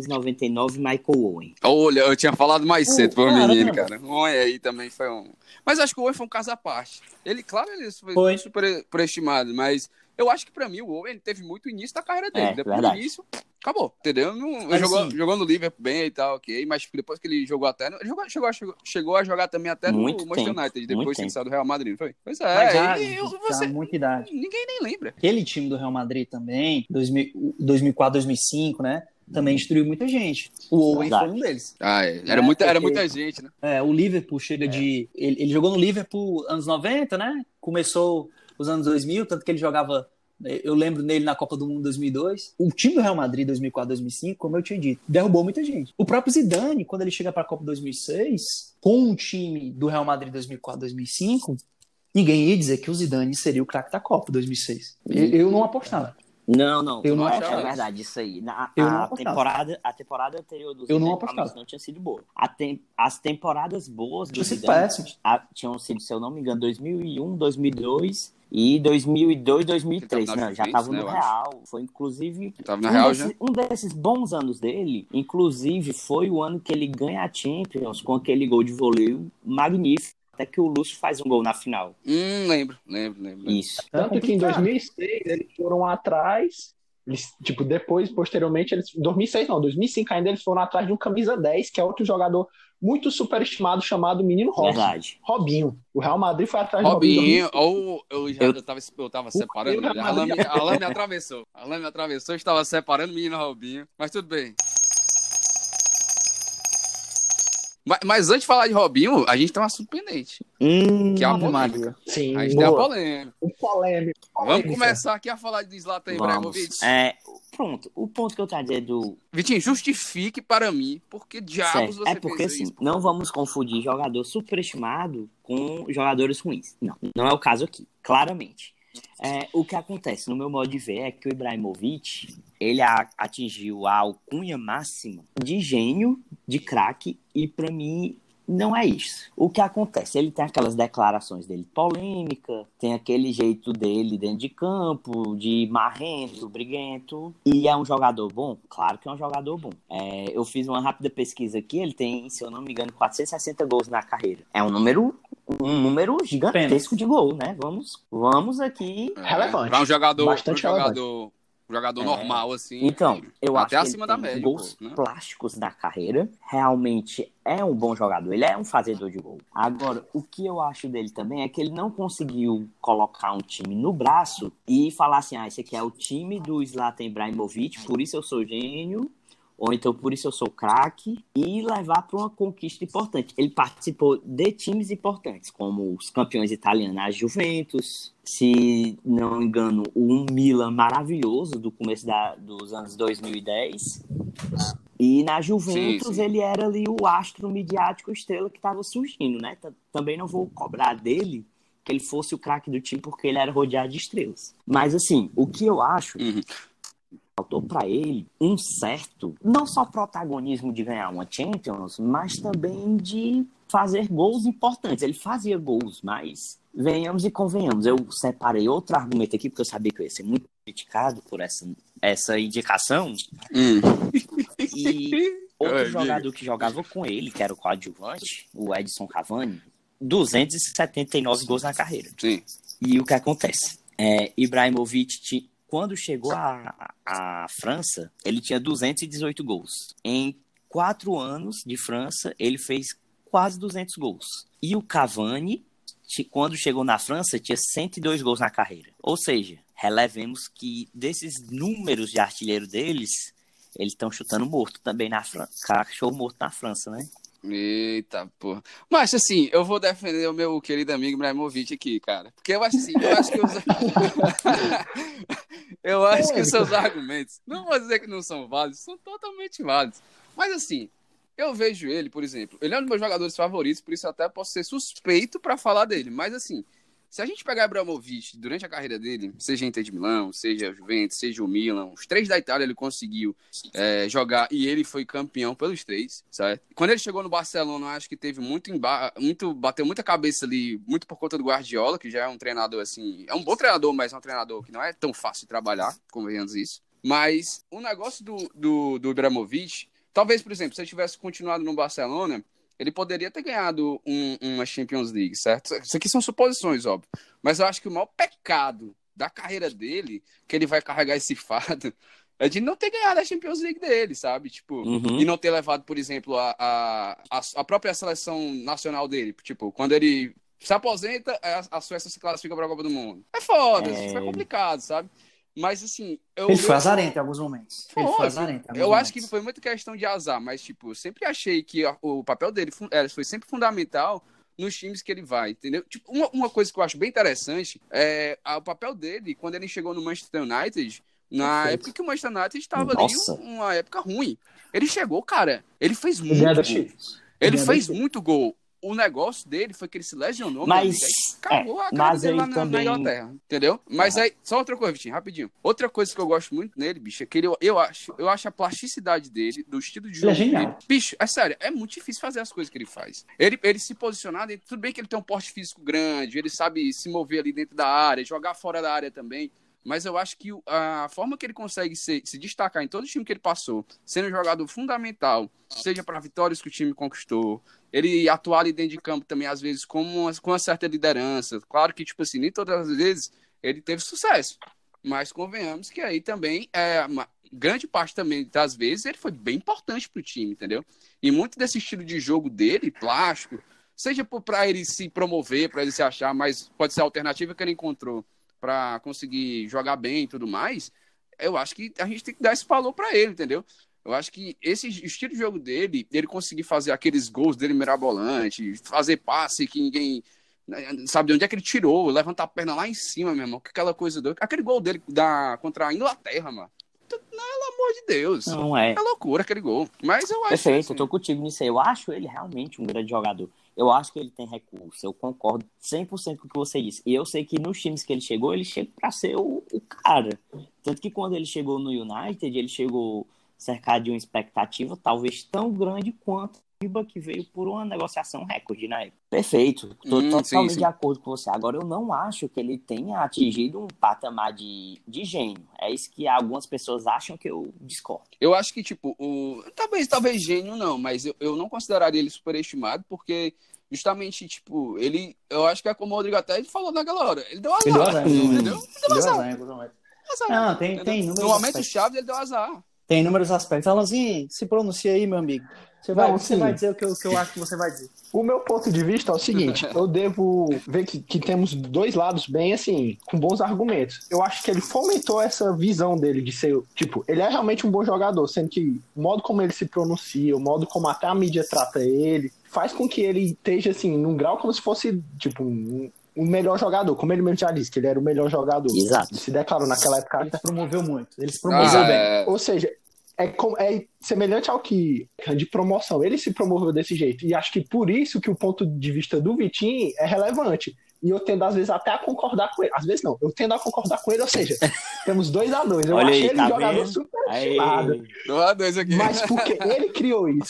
1999, Michael Owen. Olha, eu tinha falado mais cedo pro menino, cara. O Owen aí também foi um... Mas acho que o Owen foi um caso à parte. Ele, claro, ele foi superestimado, mas eu acho que pra mim o Owen teve muito início da carreira dele. Depois do início, acabou, entendeu? Jogou no Liverpool bem e tal, ok, mas depois que ele jogou até... Ele chegou a jogar também até no Manchester United, depois que ele saiu do Real Madrid, não foi? Pois é. Você... muita idade. Ninguém nem lembra. Aquele time do Real Madrid também, 2004, 2005, né? Também destruiu muita gente. O Owen foi um deles. Era muita gente, né? O Liverpool chega de... Ele jogou no Liverpool anos 90, né? Começou os anos 2000, tanto que ele jogava... Eu lembro nele na Copa do Mundo 2002. O time do Real Madrid 2004, 2005, como eu tinha dito, derrubou muita gente. O próprio Zidane, quando ele chega para a Copa 2006, com o time do Real Madrid 2004, 2005, ninguém ia dizer que o Zidane seria o craque da Copa 2006. Eu não apostava. Não. Eu não achava. É verdade, isso aí. A temporada anterior do Zidane não tinha sido boa. As temporadas boas do Zidane tinham sido, se eu não me engano, 2001, 2002 e 2002, 2003. Não, já estava no Real. Foi, inclusive, um desses bons anos dele, inclusive, foi o ano que ele ganha a Champions com aquele gol de voleio magnífico. Até que o Lúcio faz um gol na final. Lembro. Isso. Tanto que em 2006 eles foram atrás, depois, posteriormente, 2005 ainda eles foram atrás de um camisa 10, que é outro jogador muito superestimado chamado Menino Verdade. Robinho. O Real Madrid foi atrás de Robinho. Eu tava separando. Alan me atravessou. Eu estava separando o Menino Robinho. Mas tudo bem. Mas antes de falar de Robinho, a gente tem um assunto pendente. Que é a polêmica. Sim, a gente tem a polêmica. Polêmica. Vamos começar aqui a falar de Zlatan Ibrahimovic. Pronto, o ponto que eu quero dizer do... Vitinho, justifique para mim porque diabos você porque fez isso. Não vamos confundir jogador superestimado com jogadores ruins. Não é o caso aqui, claramente. O que acontece, no meu modo de ver, é que o Ibrahimovic, ele atingiu a alcunha máxima de gênio, de craque, e para mim não é isso. O que acontece? Ele tem aquelas declarações dele polêmica, tem aquele jeito dele dentro de campo, de marrento, briguento, e é um jogador bom? Claro que é um jogador bom. Eu fiz uma rápida pesquisa aqui, ele tem, se eu não me engano, 460 gols na carreira. É um número gigantesco de gol, né? Vamos aqui... Relevante. Para um jogador, bastante relevante. Um jogador normal, assim. Então, eu até acho acima que ele da média. Gols plásticos da carreira. Realmente é um bom jogador. Ele é um fazedor de gol. Agora, o que eu acho dele também é que ele não conseguiu colocar um time no braço e falar assim, esse aqui é o time do Zlatan Ibrahimovic, por isso eu sou gênio, ou então por isso eu sou craque, e levar para uma conquista importante. Ele participou de times importantes, como os campeões italianos, a Juventus, se não me engano, um Milan maravilhoso do começo dos anos 2010. E na Juventus sim. Ele era ali o astro midiático estrela que estava surgindo, né? Também não vou cobrar dele que ele fosse o craque do time porque ele era rodeado de estrelas. Mas assim, o que eu acho... Faltou para ele um certo, não só protagonismo de ganhar uma Champions, mas também de fazer gols importantes. Ele fazia gols, mas venhamos e convenhamos. Eu separei outro argumento aqui, porque eu sabia que eu ia ser muito criticado por essa indicação. E outro jogador que jogava com ele, que era o coadjuvante, o Edson Cavani, 279 gols na carreira. Sim. E o que acontece? Ibrahimovic, quando chegou à França, ele tinha 218 gols. Em 4 anos de França, ele fez quase 200 gols. E o Cavani, quando chegou na França, tinha 102 gols na carreira. Ou seja, relevemos que desses números de artilheiro deles, eles estão chutando morto também na França. Cachorro morto na França, né? Eita, porra. Mas, assim, eu vou defender o meu querido amigo Ibrahimovic aqui, cara. Porque eu acho assim, eu acho que os seus argumentos, não vou dizer que não são válidos, são totalmente válidos. Mas, assim, eu vejo ele, por exemplo, ele é um dos meus jogadores favoritos, por isso eu até posso ser suspeito pra falar dele. Mas, assim, se a gente pegar Ibrahimovic durante a carreira dele, seja Inter de Milão, seja Juventus, seja o Milan, os 3 da Itália ele conseguiu jogar e ele foi campeão pelos 3, certo? Quando ele chegou no Barcelona, eu acho que teve bateu muita cabeça ali, muito por conta do Guardiola, que já é um treinador assim, é um bom treinador, mas é um treinador que não é tão fácil de trabalhar, convenhamos isso. Mas o negócio do Ibrahimovic, talvez, por exemplo, se ele tivesse continuado no Barcelona, ele poderia ter ganhado uma Champions League, certo? Isso aqui são suposições, óbvio. Mas eu acho que o maior pecado da carreira dele, que ele vai carregar esse fardo, é de não ter ganhado a Champions League dele, sabe? Tipo, e não ter levado, por exemplo, a própria seleção nacional dele. Tipo, quando ele se aposenta, a Suécia se classifica para a Copa do Mundo. É foda, isso é complicado, sabe? Mas, assim... Ele foi azarento em alguns momentos. Eu acho que não foi muita questão de azar, mas, tipo, eu sempre achei que o papel dele foi sempre fundamental nos times que ele vai, entendeu? Tipo, uma coisa que eu acho bem interessante é o papel dele quando ele chegou no Manchester United, na época que o Manchester United estava ali uma época ruim. Ele chegou, cara, ele fez muito gol. Ele fez muito gol. O negócio dele foi que ele se lesionou, mas acabou a carreira dele lá na Inglaterra, entendeu? Mas aí, só outra coisa, Vitinho, rapidinho. Outra coisa que eu gosto muito nele, bicho, é que eu acho a plasticidade dele, do estilo de jogo dele. Bicho, é sério, é muito difícil fazer as coisas que ele faz. Ele se posicionar dentro, tudo bem que ele tem um porte físico grande, ele sabe se mover ali dentro da área, jogar fora da área também. Mas eu acho que a forma que ele consegue se destacar em todo o time que ele passou, sendo um jogador fundamental, seja para vitórias que o time conquistou, ele atuar ali dentro de campo também, às vezes, com uma certa liderança. Claro que, tipo assim, nem todas as vezes ele teve sucesso. Mas convenhamos que aí também, uma grande parte também das vezes, ele foi bem importante pro time, entendeu? E muito desse estilo de jogo dele, plástico, seja para ele se promover, para ele se achar, mas pode ser a alternativa que ele encontrou para conseguir jogar bem e tudo mais, eu acho que a gente tem que dar esse valor para ele, entendeu? Eu acho que esse estilo de jogo dele conseguir fazer aqueles gols dele mirabolante, fazer passe que ninguém sabe de onde é que ele tirou, levantar a perna lá em cima, meu irmão, aquela coisa doida. Aquele gol dele contra a Inglaterra, mano. Pelo amor de Deus. Não é. É loucura aquele gol. Mas eu acho Perfeito, assim, eu tô contigo nisso aí. Eu acho ele realmente um grande jogador. Eu acho que ele tem recurso. Eu concordo 100% com o que você disse. E eu sei que nos times que ele chegou pra ser o cara. Tanto que quando ele chegou no United, ele chegou cercado de uma expectativa talvez tão grande quanto o Iba, que veio por uma negociação recorde na época. Perfeito. Tô totalmente de acordo com você. Agora, eu não acho que ele tenha atingido um patamar de gênio. É isso que algumas pessoas acham, que eu discordo. Eu acho que, tipo, talvez gênio não, mas eu não consideraria ele superestimado, porque justamente, tipo, eu acho que é como o Rodrigo até falou naquela hora, ele deu azar, entendeu? Ele deu azar. Não, tem números. No momento chave, ele deu azar. Tem inúmeros aspectos. Alanzinho, se pronuncia aí, meu amigo. Você vai dizer o que eu acho que você vai dizer. O meu ponto de vista é o seguinte, eu devo ver que temos dois lados bem, assim, com bons argumentos. Eu acho que ele fomentou essa visão dele de ser, tipo, ele é realmente um bom jogador, sendo que o modo como ele se pronuncia, o modo como até a mídia trata ele, faz com que ele esteja, assim, num grau como se fosse, tipo, o melhor jogador, como ele mesmo já disse, que ele era o melhor jogador. Exato. Ele se declarou naquela época. Ele se promoveu muito. Ele se promoveu bem. Ou seja, é semelhante ao que de promoção. Ele se promoveu desse jeito. E acho que por isso que o ponto de vista do Vitinho é relevante. E eu tendo, às vezes, até a concordar com ele. Às vezes, não. Eu tendo a concordar com ele, ou seja, temos 2-2. Eu achei ele um jogador super estimado. 2-2 aqui. Mas porque ele criou isso.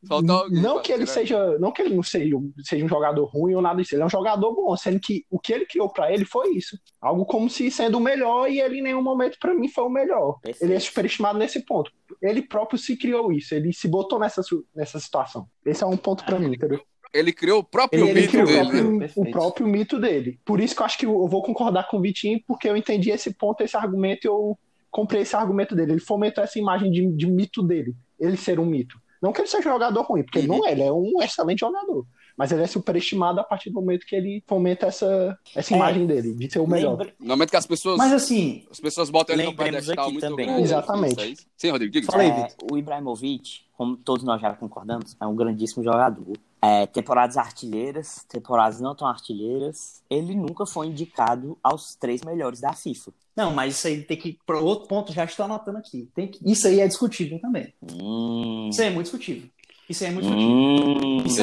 Não que ele não seja um jogador ruim ou nada disso. Ele é um jogador bom, sendo que o que ele criou pra ele foi isso. Algo como se sendo o melhor, e ele em nenhum momento pra mim foi o melhor. Perfeito. Ele é superestimado nesse ponto. Ele próprio se criou isso. Ele se botou nessa situação. Esse é um ponto pra mim, entendeu? Ele criou o próprio mito dele. O próprio mito dele. Por isso que eu acho que eu vou concordar com o Vitinho, porque eu entendi esse ponto, esse argumento, e eu comprei esse argumento dele. Ele fomentou essa imagem de mito dele. Ele ser um mito. Não que ele seja um jogador ruim, porque ele não é. Ele é um excelente jogador. Mas ele é superestimado a partir do momento que ele fomenta essa imagem dele, de ser o melhor. No momento que as pessoas... Mas assim... As pessoas botam ele no pedestal muito também. grande. Exatamente. Sim, Rodrigo, diga. O Ibrahimovic, como todos nós já concordamos, é um grandíssimo jogador. Temporadas artilheiras, temporadas não tão artilheiras, ele nunca foi indicado aos 3 melhores da FIFA. Não, mas isso aí tem que... Para outro ponto, já estou anotando aqui. Isso aí é discutível também. Isso aí é muito discutível. Isso aí é muito discutível. Isso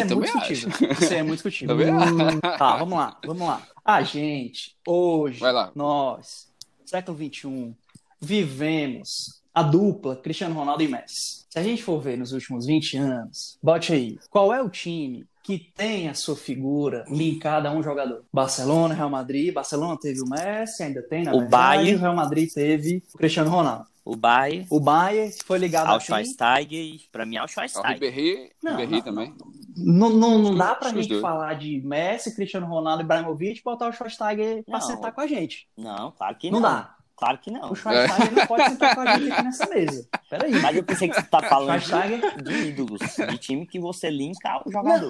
é muito discutível. Tá, vamos lá. A gente, hoje, nós, século XXI, vivemos a dupla Cristiano Ronaldo e Messi. Se a gente for ver nos últimos 20 anos, bote aí, qual é o time que tem a sua figura linkada a um jogador? Barcelona, Real Madrid. Barcelona teve o Messi, ainda tem, na verdade. Bayern. O Real Madrid teve o Cristiano Ronaldo. O Bayern foi ligado ao Schweinsteiger, pra mim é o Schweinsteiger. O Ribéry também. Não dá pra gente falar de Messi, Cristiano Ronaldo e Ibrahimovic e botar o Schweinsteiger pra sentar com a gente. Não, claro que não. Não dá. Claro que não. O Schweinsteiger não pode sentar com a gente aqui nessa mesa. Peraí. Mas eu pensei que você tá falando de ídolos, de time que você linka ao jogador.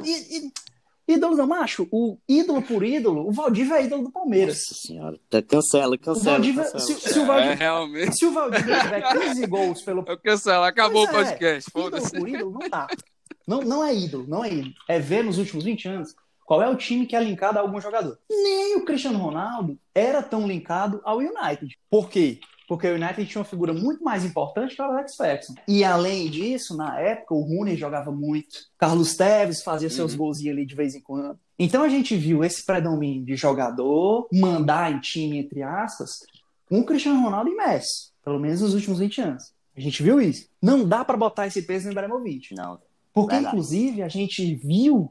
Ídolo não, macho. O ídolo por ídolo, o Valdívia é ídolo do Palmeiras. Nossa senhora, cancela. Se o Valdívia tiver 15 gols pelo... Eu cancelo, acabou o podcast. Ídolo por ídolo não dá. Não é ídolo. É ver nos últimos 20 anos qual é o time que é linkado a algum jogador. Nem o Cristiano Ronaldo era tão linkado ao United. Por quê? Porque o United tinha uma figura muito mais importante que o Alex Ferguson. E além disso, na época, o Rooney jogava muito. Carlos Tevez fazia seus golzinhos ali de vez em quando. Então a gente viu esse predomínio de jogador mandar em time, entre aspas, com o Cristiano Ronaldo e Messi. Pelo menos nos últimos 20 anos. A gente viu isso. Não dá pra botar esse peso no Ibrahimovic. Não. Porque, inclusive, a gente viu,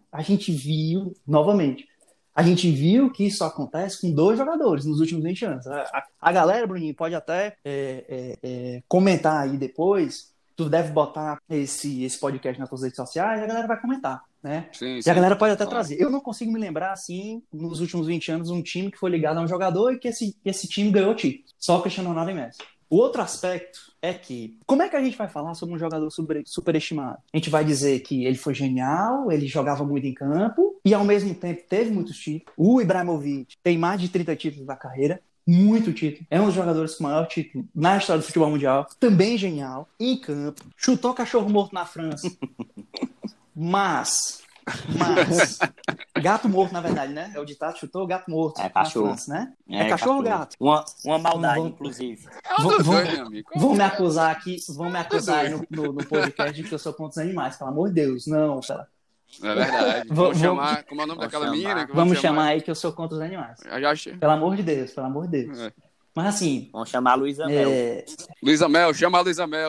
novamente, a gente viu que isso acontece com 2 jogadores nos últimos 20 anos. A galera, Bruninho, pode até comentar aí depois. Tu deve botar esse podcast nas tuas redes sociais e a galera vai comentar, né? Sim, e a galera pode até trazer. Eu não consigo me lembrar, assim, nos últimos 20 anos, um time que foi ligado a um jogador e que esse time ganhou o título. Só o Cristiano Ronaldo e Messi. O outro aspecto é que, como é que a gente vai falar sobre um jogador superestimado? A gente vai dizer que ele foi genial, ele jogava muito em campo e, ao mesmo tempo, teve muitos títulos. O Ibrahimovic tem mais de 30 títulos na carreira, muito título. É um dos jogadores com maior título na história do futebol mundial. Também genial, em campo. Chutou cachorro morto na França. Mas... gato morto, na verdade, né? É o ditado, chutou gato morto. É cachorro. França, né? É cachorro ou gato? Uma maldade, inclusive. Vão me acusar aqui, aí no podcast de que eu sou contra os animais, pelo amor de Deus. Não, cara. É verdade. Vamos chamar, como é o nome daquela menina? Vamos chamar aí que eu sou contra os animais. Pelo amor de Deus. É. Mas assim... Vamos chamar a Luísa Mel. Luísa Mel, chama a Luísa Mel.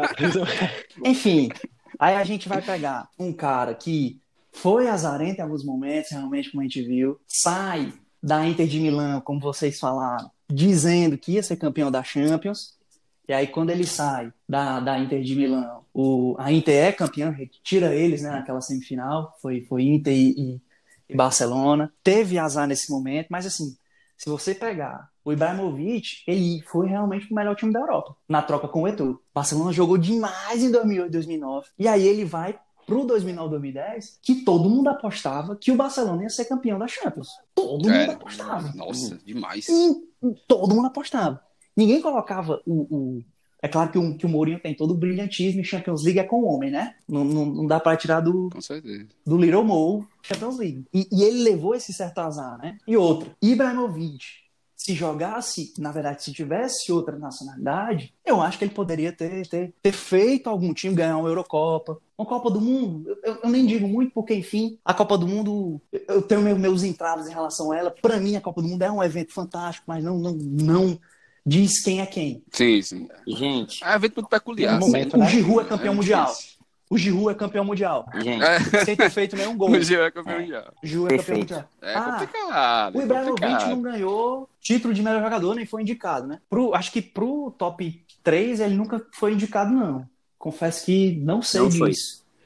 Enfim, aí a gente vai pegar um cara que foi azarento em alguns momentos, realmente, como a gente viu, sai da Inter de Milão, como vocês falaram, dizendo que ia ser campeão da Champions, e aí quando ele sai da Inter de Milão, a Inter é campeã, tira eles, né, naquela semifinal, foi Inter e Barcelona, teve azar nesse momento, mas assim, se você pegar o Ibrahimovic, ele foi realmente o melhor time da Europa, na troca com o Eto'o. Barcelona jogou demais em 2008 e 2009, e aí ele vai pro 2009, 2010, que todo mundo apostava que o Barcelona ia ser campeão da Champions. Todo mundo apostava. Nossa, demais. Todo mundo apostava. Ninguém colocava É claro que o Mourinho tem todo o brilhantismo e Champions League é com o homem, né? Não dá pra tirar do Little Mo Champions League. E ele levou esse certo azar, né? E outra, Ibrahimovic, se jogasse, na verdade, se tivesse outra nacionalidade, eu acho que ele poderia ter feito algum time ganhar uma Eurocopa, uma Copa do Mundo. Eu nem digo muito, porque, enfim, a Copa do Mundo, eu tenho meus entraves em relação a ela. Para mim, a Copa do Mundo é um evento fantástico, mas não diz quem é quem. Sim. Gente, é um evento muito peculiar. O Giroud é campeão mundial. O Giroud é campeão mundial. Gente. Sem ter feito nenhum gol. O Giroud é campeão mundial. O Giroud é campeão mundial. É complicado. O Ibrahimovic não ganhou título de melhor jogador, nem foi indicado, né? Acho que pro top 3 ele nunca foi indicado, não. Confesso que não sei disso.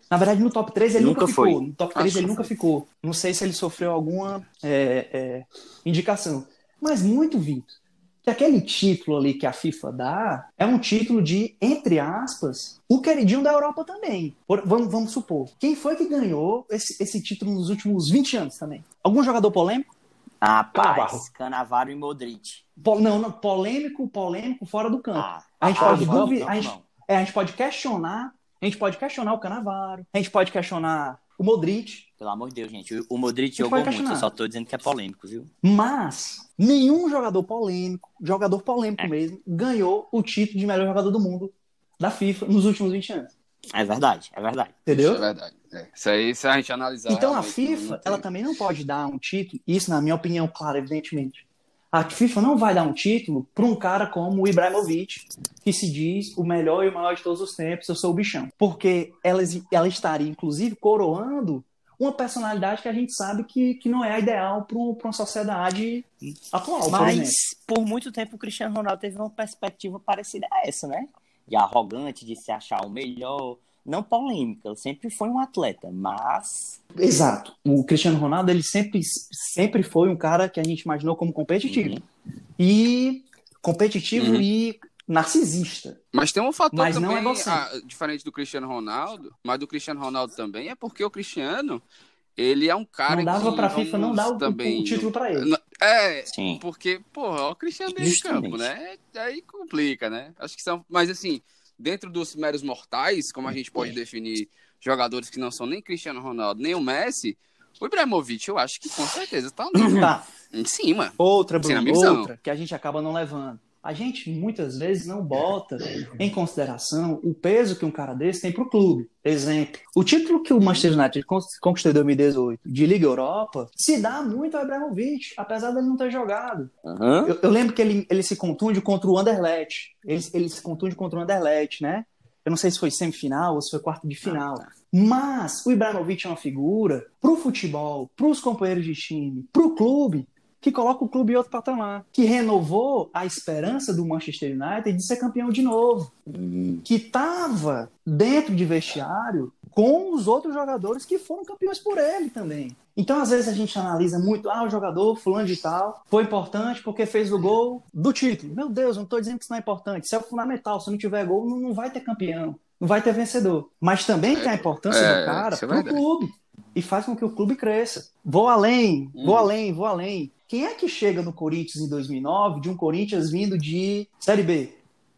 Na verdade, no top 3 ele nunca ficou. Foi. No top 3 ele nunca ficou. Não sei se ele sofreu alguma indicação. Mas muito, Vitor, que aquele título ali que a FIFA dá é um título de, entre aspas, o queridinho da Europa também. Vamos supor. Quem foi que ganhou esse título nos últimos 20 anos também? Algum jogador polêmico? Rapaz, Cannavaro e Modric. Não, polêmico fora do campo. A gente pode questionar o Cannavaro, a gente pode questionar o Modric. Pelo amor de Deus, gente. O Modric jogou muito, eu só tô dizendo que é polêmico, viu? Mas nenhum jogador polêmico mesmo, ganhou o título de melhor jogador do mundo da FIFA nos últimos 20 anos. É verdade. Entendeu? Isso é verdade. Isso aí, se a gente analisar... Então a FIFA, ela também não pode dar um título, isso na minha opinião, claro, evidentemente. A FIFA não vai dar um título para um cara como o Ibrahimovic, que se diz o melhor e o maior de todos os tempos, eu sou o bichão. Porque ela estaria, inclusive, coroando uma personalidade que a gente sabe que não é a ideal para uma sociedade atual, Mas, por muito tempo, o Cristiano Ronaldo teve uma perspectiva parecida a essa, né? De arrogante, de se achar o melhor... Não polêmica, ele sempre foi um atleta, mas... Exato. O Cristiano Ronaldo, ele sempre foi um cara que a gente imaginou como competitivo. E narcisista. Mas tem um fator mas também, não é diferente do Cristiano Ronaldo, mas do Cristiano Ronaldo também, é porque o Cristiano, ele é um cara que... Não dava pra FIFA não dar o título pra ele. Sim. Porque, porra, o Cristiano dentro de campo, né? Aí complica, né? Acho que são... Mas, assim... Dentro dos meros mortais, como a gente pode definir jogadores que não são nem Cristiano Ronaldo, nem o Messi, o Ibrahimovic, eu acho que com certeza tá em cima. Outra que a gente acaba não levando. A gente, muitas vezes, não bota em consideração o peso que um cara desse tem pro clube. Exemplo, o título que o Manchester United conquistou em 2018 de Liga Europa se dá muito ao Ibrahimovic, apesar dele não ter jogado. Eu lembro que ele se contunde contra o Anderlecht. Ele se contunde contra o Anderlecht, né? Eu não sei se foi semifinal ou se foi quarto de final. Mas o Ibrahimovic é uma figura pro futebol, pros companheiros de time, pro clube, que coloca o clube em outro patamar, que renovou a esperança do Manchester United de ser campeão de novo, que estava dentro de vestiário com os outros jogadores que foram campeões por ele também. Então, às vezes, a gente analisa muito, o jogador fulano de tal foi importante porque fez o gol do título. Meu Deus, eu não estou dizendo que isso não é importante, isso é fundamental, se não tiver gol, não vai ter campeão, não vai ter vencedor. Mas também tem a importância do cara pro clube, e faz com que o clube cresça. Vou além. Quem é que chega no Corinthians em 2009, de um Corinthians vindo de Série B?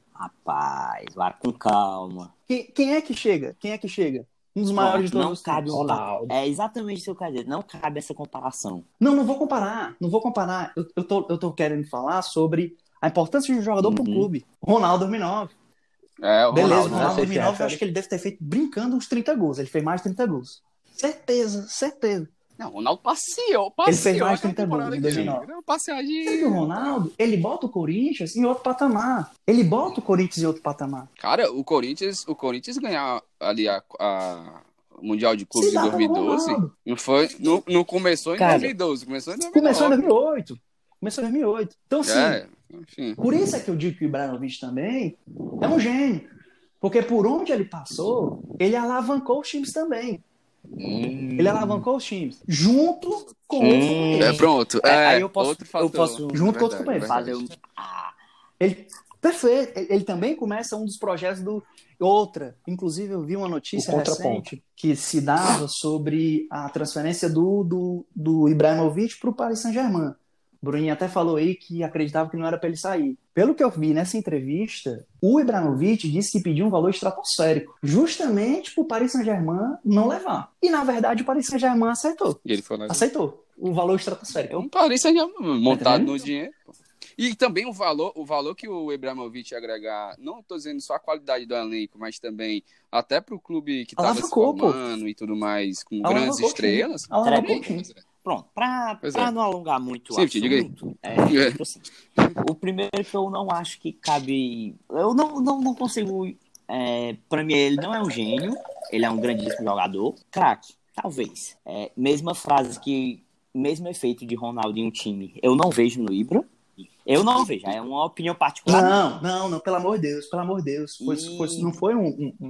Rapaz, vai com calma. Quem é que chega? Um dos maiores de todos os tempos. É exatamente isso que eu quero dizer. Não cabe essa comparação. Não vou comparar. Eu tô querendo falar sobre a importância de um jogador para o clube. Ronaldo 2009. Beleza, Ronaldo 2009, eu acho que ele deve ter feito brincando uns 30 gols. Ele fez mais de 30 gols. Certeza. Não, o Ronaldo passeou. Ele fez mais de 30 gols em 2009. Passeadinha. O Ronaldo, ele bota o Corinthians em outro patamar. Cara, o Corinthians ganhar ali a Mundial de Clubes em 2012, não começou em 2012, começou em 2008. Começou em 2008. Então, enfim. Por isso é que eu digo que o Ibrahimovic também é um gênio. Porque por onde ele passou, ele alavancou os times também. Ele alavancou os times junto com outros companheiros. Pronto. Aí eu posso junto com outros companheiros. Perfeito. Ele também começa um dos projetos do outra. Inclusive eu vi uma notícia recente que se dava sobre a transferência do Ibrahimovic para o Paris Saint-Germain. O Bruninho até falou aí que acreditava que não era para ele sair. Pelo que eu vi nessa entrevista, o Ibrahimovic disse que pediu um valor estratosférico, justamente para o Paris Saint-Germain não levar. E, na verdade, o Paris Saint-Germain aceitou. E ele foi lá. Aceitou o valor estratosférico. O Paris Saint-Germain montado no dinheiro. E também o valor que o Ibrahimovic ia agregar, não estou dizendo só a qualidade do elenco, mas também até para o clube que estava se formando e tudo mais, com grandes estrelas. Pronto, para não alongar muito o assunto, assim, o primeiro que eu não acho que cabe... Eu não consigo... para mim, ele não é um gênio, ele é um grandíssimo jogador. Craque, talvez. Mesma frase que... Mesmo efeito de Ronaldo em um time, eu não vejo no Ibra. Eu não vejo, é uma opinião particular. Não, pelo amor de Deus. Não foi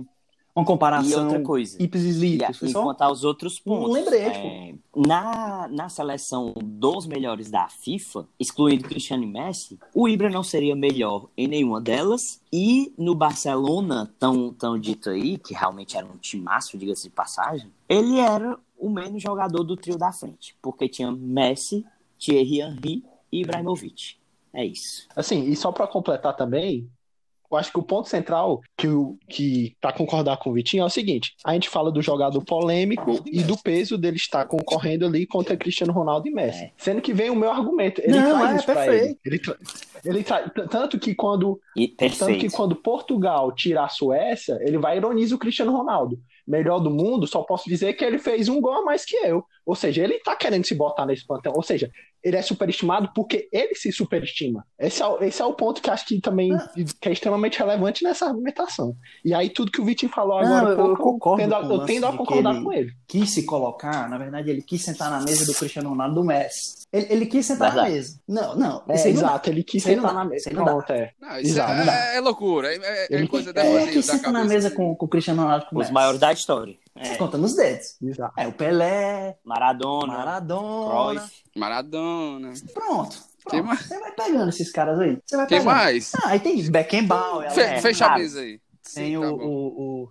uma comparação e outra coisa. ipsis litteris. E quanto aos outros pontos. Um lembrete, na seleção dos melhores da FIFA, excluindo Cristiano e Messi, o Ibra não seria melhor em nenhuma delas. E no Barcelona, tão dito aí, que realmente era um timaço, diga-se de passagem, ele era o menos jogador do trio da frente, porque tinha Messi, Thierry Henry e Ibrahimovic. É isso. Assim, e só para completar também, eu acho que o ponto central que para concordar com o Vitinho é o seguinte: a gente fala do jogador polêmico e do peso dele estar concorrendo ali contra Cristiano Ronaldo e Messi. Sendo que vem o meu argumento. Ele traz isso pra ele. Ele traz, tanto que quando Portugal tira a Suécia, ele vai ironizar o Cristiano Ronaldo. Melhor do mundo, só posso dizer que ele fez um gol a mais que eu. Ou seja, ele tá querendo se botar nesse panteão. Ou seja, ele é superestimado porque ele se superestima. Esse é o ponto que acho que também que é extremamente relevante nessa argumentação. E aí tudo que o Vitinho falou agora, eu concordo eu tendo a concordar com ele. Quis se colocar, na verdade, ele quis sentar na mesa do Cristiano Ronaldo do Messi. Ele quis sentar na mesa. Não. Exato, ele quis sentar na mesa. Isso é loucura. É coisa da Ele quis sentar na mesa com o Cristiano Ronaldo com o Messi. Os maiores da história. Você conta nos dedos. Exato. O Pelé, Maradona. Cruyff. Maradona. Pronto. Quem mais? Você vai pegando esses caras aí. Quem mais? Aí tem Beckenbauer. Fecha a mesa aí. Tem o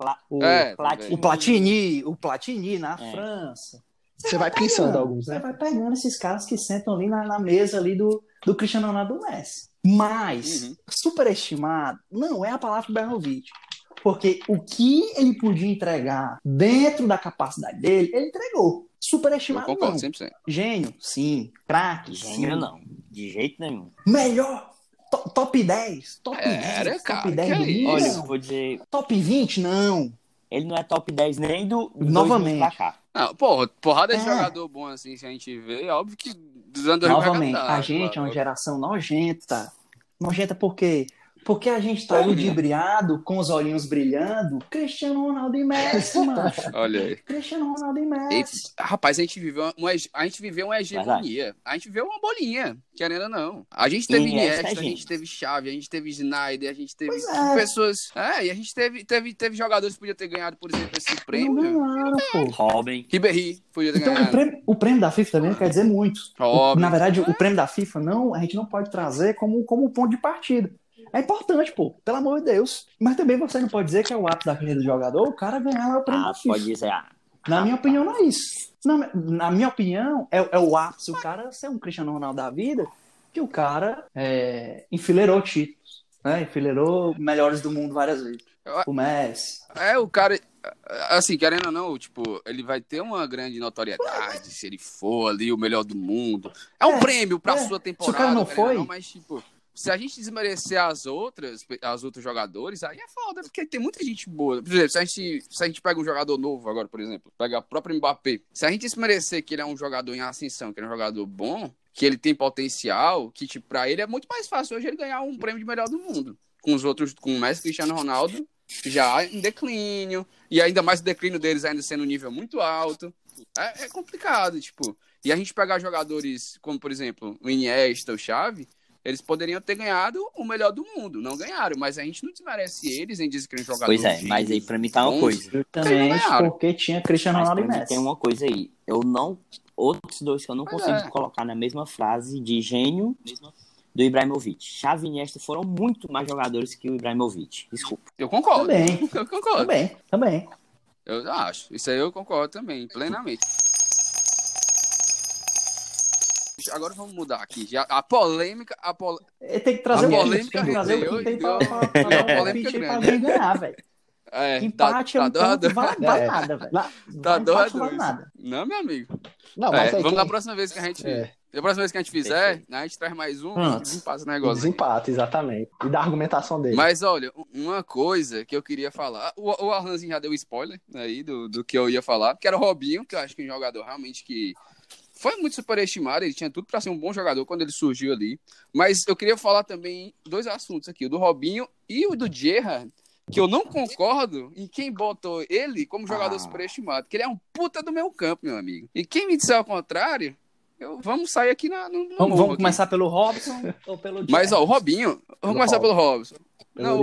Platini na França. Você vai pensando alguns, né? Você vai pegando esses caras que sentam ali na mesa ali do Cristiano Ronaldo do Messi. Mas, superestimado não é a palavra do Ibrahimovic. Porque o que ele podia entregar dentro da capacidade dele, ele entregou. Superestimado não. Eu concordo 100%. Gênio, sim. Craque, Gênio não. De jeito nenhum. Melhor. Top 10. Top 10. Cara, top 10 do mundo. Olha, eu vou dizer... Top 20, não. Ele não é top 10 nem do Novamente. pra cá. Não, porrada de jogador bom assim, se a gente vê, é óbvio que dos anos 2000 novamente, a gente é uma geração nojenta. Nojenta por quê? Porque a gente tá ludibriado, com os olhinhos brilhando, Cristiano Ronaldo e Messi, mano. Olha aí. Cristiano Ronaldo e Messi. Rapaz, a gente viveu uma hegemonia. A gente viveu uma bolinha, querendo ou não. A gente teve Iniesta, a gente teve Xavi, a gente teve Snyder, a gente teve pessoas... e a gente teve jogadores que podiam ter ganhado, por exemplo, esse prêmio. Não ganharam, pô. Robin. Ribéry podia ter ganhado. Então, o prêmio da FIFA também quer dizer muito. Robin. Na verdade, o prêmio da FIFA, a gente não pode trazer como ponto de partida. É importante, pô, pelo amor de Deus. Mas também você não pode dizer que é o ápice da carreira do jogador, o cara ganhar o prêmio da FIFA. Pode dizer. Na minha opinião, não é isso. Na minha opinião, é o ápice, o cara ser um Cristiano Ronaldo da vida, que o cara enfileirou títulos, né? Enfileirou melhores do mundo várias vezes. O Messi. O cara, assim, querendo ou não, tipo, ele vai ter uma grande notoriedade se ele for ali o melhor do mundo. É um prêmio pra sua temporada. Se o cara não foi... mas, tipo... Se a gente desmerecer os outros jogadores, aí é foda, porque tem muita gente boa. Por exemplo, se a gente pega um jogador novo agora, por exemplo, pega o próprio Mbappé. Se a gente desmerecer que ele é um jogador em ascensão, que ele é um jogador bom, que ele tem potencial, que tipo, pra ele é muito mais fácil hoje ele ganhar um prêmio de melhor do mundo. Com os outros, com o Messi, Cristiano Ronaldo, já em declínio, e ainda mais o declínio deles ainda sendo um nível muito alto. É complicado, tipo. E a gente pegar jogadores como, por exemplo, o Iniesta, o Xavi, eles poderiam ter ganhado o melhor do mundo. Não ganharam, mas a gente não desmerece eles em dizer que eles jogadores. Pois mas aí pra mim tá uma coisa. Justamente porque tinha Cristiano Ronaldo e Messi. Tem uma coisa aí. Outros dois que eu não consigo colocar na mesma frase de gênio do Ibrahimovic. Xavi e Iniesta foram muito mais jogadores que o Ibrahimovic. Desculpa. Eu concordo. Também. Eu concordo. Também. Eu acho. Isso aí eu concordo também, plenamente. Agora vamos mudar aqui. Já, a polêmica. Tem que trazer a polêmica tem que trazer o que tem pra polêmica ganhar, velho. Empate é um ponto, vale nada, velho. Tá doido? Vale nada. Não, meu amigo. Não, mas vamos na próxima vez que a gente. Da próxima vez que a gente fizer, a gente traz mais um e desempata o negócio. Desempata, exatamente. E da argumentação dele. Mas olha, uma coisa que eu queria falar. O Arlanzinho já deu spoiler aí do que eu ia falar, que era o Robinho, que eu acho que é um jogador realmente que foi muito superestimado, ele tinha tudo para ser um bom jogador quando ele surgiu ali. Mas eu queria falar também dois assuntos aqui, o do Robinho e o do Gerrard, que eu não concordo em quem botou ele como jogador superestimado, que ele é um puta do meio campo, meu amigo. E quem me disser ao contrário, vamos sair aqui no Vamos começar pelo Robson ou pelo Gerrard? Mas, o Robinho, vamos começar pelo Robson. Não,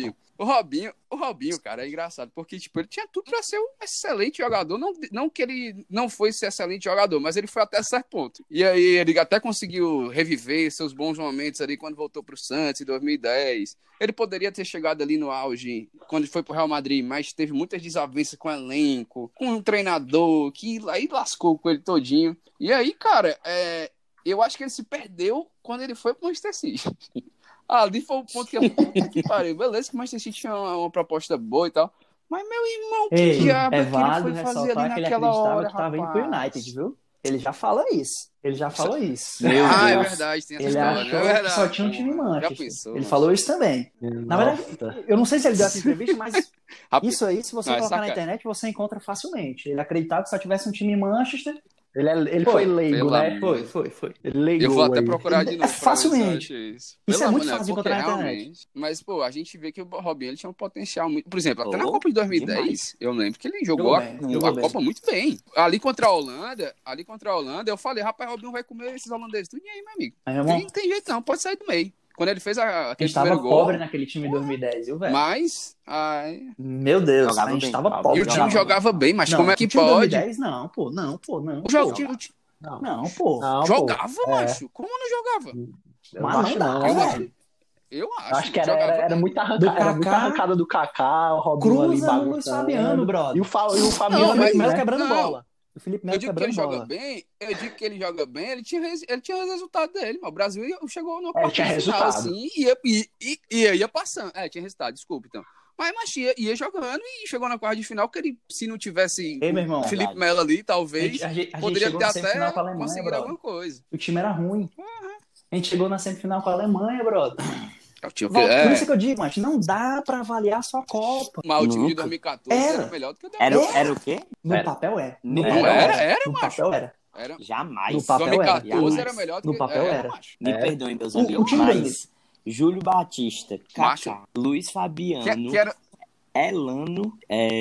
o Robinho, cara, é engraçado, porque, tipo, ele tinha tudo pra ser um excelente jogador, não que ele não fosse excelente jogador, mas ele foi até certo ponto. E aí ele até conseguiu reviver seus bons momentos ali quando voltou pro Santos em 2010. Ele poderia ter chegado ali no auge quando foi pro Real Madrid, mas teve muitas desavenças com o elenco, com o treinador, que aí lascou com ele todinho. E aí, cara, eu acho que ele se perdeu quando ele foi pro Manchester City. Ali foi o ponto que parei. Beleza, que o Manchester City tinha uma proposta boa e tal. Mas, meu irmão, que diabo é que ele válido foi fazer ali ressaltar que ele naquela acreditava hora, que estava indo pro rapaz? United, viu? Ele já fala isso. Ele já falou isso. Meu É Deus. verdade, tem essa Ele história. achou É verdade, que só tinha um time em já Manchester. pensou, Ele mano. falou isso também. Na verdade, eu não sei se ele deu essa entrevista, mas isso aí, se você Não, é colocar na sacanagem. internet, você encontra facilmente. Ele acreditava que só tivesse um time em Manchester. Ele foi leigo, pelo né? amor. Foi. Ele leigou Eu vou até aí. procurar de novo. pra ver Facilmente. se eu acho isso. Isso Pelo é muito amor, fácil de porque encontrar na internet. realmente. Mas, pô, a gente vê que o Robinho ele tinha um potencial muito. Por exemplo, até na Oh, Copa de 2010, demais. eu lembro que ele jogou a Copa muito bem. Ali contra a Holanda, eu falei, rapaz, Robinho vai comer esses holandeses. Tudo aí, meu amigo. Aí, meu irmão, Não tem jeito, não, pode sair do meio. Quando ele fez a aquele gente tava primeiro gol. pobre naquele time em 2010, viu, velho? Mas. Ai, Meu Deus, Jogava a gente bem, tava Pablo. pobre. e o time jogava bem, mas Não, como é que o time pode? 2010, não, pô. O time Não, pô. Não, jogava, pô. macho. Como não jogava? Eu Mas não não acho, dá, não. Eu velho. acho. Eu acho. Acho que jogava era bem. muita Do arrancada, era muita Kaká, arrancada do Kaká, o Robinho ali Cruza no Luiz bagunçando. Fabiano, brother. E o Não, Fabiano o Felipe ali, Melo né? quebrando Não. bola. O Felipe Eu Melo digo que ele quebrando joga bola. bem, ele tinha os resultados dele, mas o Brasil chegou no É, tinha quarto de final, resultado. assim, e ia passando. Tinha resultado, desculpa, então. Mas ia jogando e chegou na quarta de final, que ele, se não tivesse Ei, meu irmão. o Felipe Melo ali, A talvez, gente poderia chegou ter na até semifinal com a Alemanha, conseguido brother. alguma coisa. O time era ruim. A gente chegou na semifinal com a Alemanha, brother. Por isso que eu digo, mas não dá pra avaliar só a Copa. Mas o time de Nunca. 2014 era melhor do que o da Era o quê? No papel é. Não papel era, No macho. papel era. Era. Jamais. No papel era. 2014 era melhor do No que papel era. macho. Me perdoem, meus O amigos, time mas Júlio Batista, Macho. Kaká, Luiz Fabiano, Que era, Elano,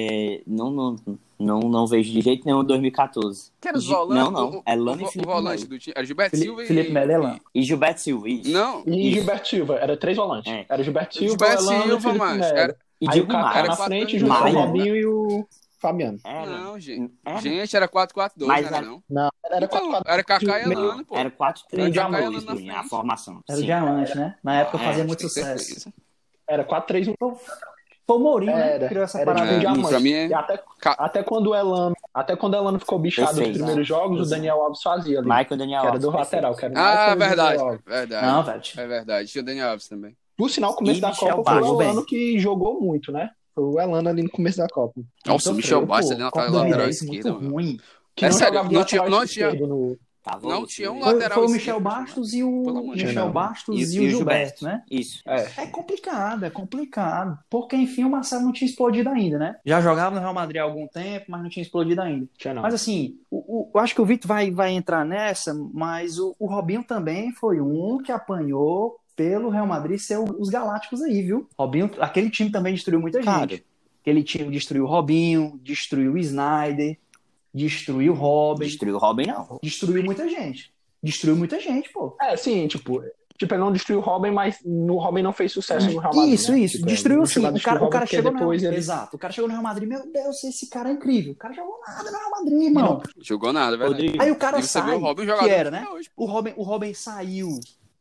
não vejo de jeito nenhum 2014. que era os volantes. Não. Elano e o Felipe volante Melo. do time. Era Gilberto Silva Felipe Melo e Elano. E Gilberto Silva, isso. Não. E Isso. Gilberto Silva, era 3 volantes. É. Era Gilberto Silva, Gilberto Elano e Silva, Felipe macho. Melo. E Aí digo o Kaká mais. na quatro frente, anos junto com o mais. Robinho e o Fabiano. Não, gente. Era. Gente, era 4-4-2, Mas não era era- não? Não, era Então, 4-4. era Kaká e Elano, pô. Era 4-3-2, Era Kaká e Elano na Bruninho, a frente. formação. Era o Sim. diamante, né? Na época fazia muito Tem sucesso. certeza. Era 4-3-1. Foi o Mourinho, né? Era, Que criou essa era parada de aí. diamante. Pra mim é- E até quando o Elano ficou bichado nos Perfeito. primeiros jogos, o Daniel Alves fazia ali. Michael Daniel Que era Alves, do perfeito. lateral, que era o Ah, Michael e o verdade. Daniel Alves. Verdade. Não, velho. É verdade. Tinha o Daniel Alves também. Por sinal, o começo E da Michel Copa foi o Bastos. Elano que jogou muito, né? Foi o Elano ali no começo da Copa. Nossa, o Michel Bastos ali na Copa lateral 2010, esquerda. muito meu. ruim. Que É sério, jogava de não tinha- lateral não tinha- esquerdo no... Tava Não o- tinha um Foi lateral o esquerdo, Michel Bastos e Pelo o amor de Michel Deus. Bastos E e o Gilberto, né? Isso. É complicado, é complicado. Porque, enfim, o Marcelo não tinha explodido ainda, né? Já jogava no Real Madrid há algum tempo, mas não tinha explodido ainda. Tinha não. Mas, assim, eu acho que o Vitor vai entrar nessa, mas o Robinho também foi um que apanhou pelo Real Madrid ser os Galácticos aí, viu? Robinho, aquele time também destruiu muita Cara. gente. Aquele time destruiu o Robinho, destruiu o Snyder, destruiu o Robin, Destruiu o Robin, não. destruiu muita gente. Destruiu muita gente, pô. É, sim, tipo, ele não destruiu o Robin, mas o Robin não fez sucesso no Real Madrid. Isso, né? isso. Tipo, Destruiu não sim. chegou a O destruir cara porque chegou no Real depois ele... Exato. O cara chegou no Real Madrid. Meu Deus, esse cara é incrível. O cara jogou nada no Real Madrid, irmão. Jogou nada, é verdade. Rodrigo. Aí o cara E você sai, viu o Robin jogador que era, né? até hoje. O Robin saiu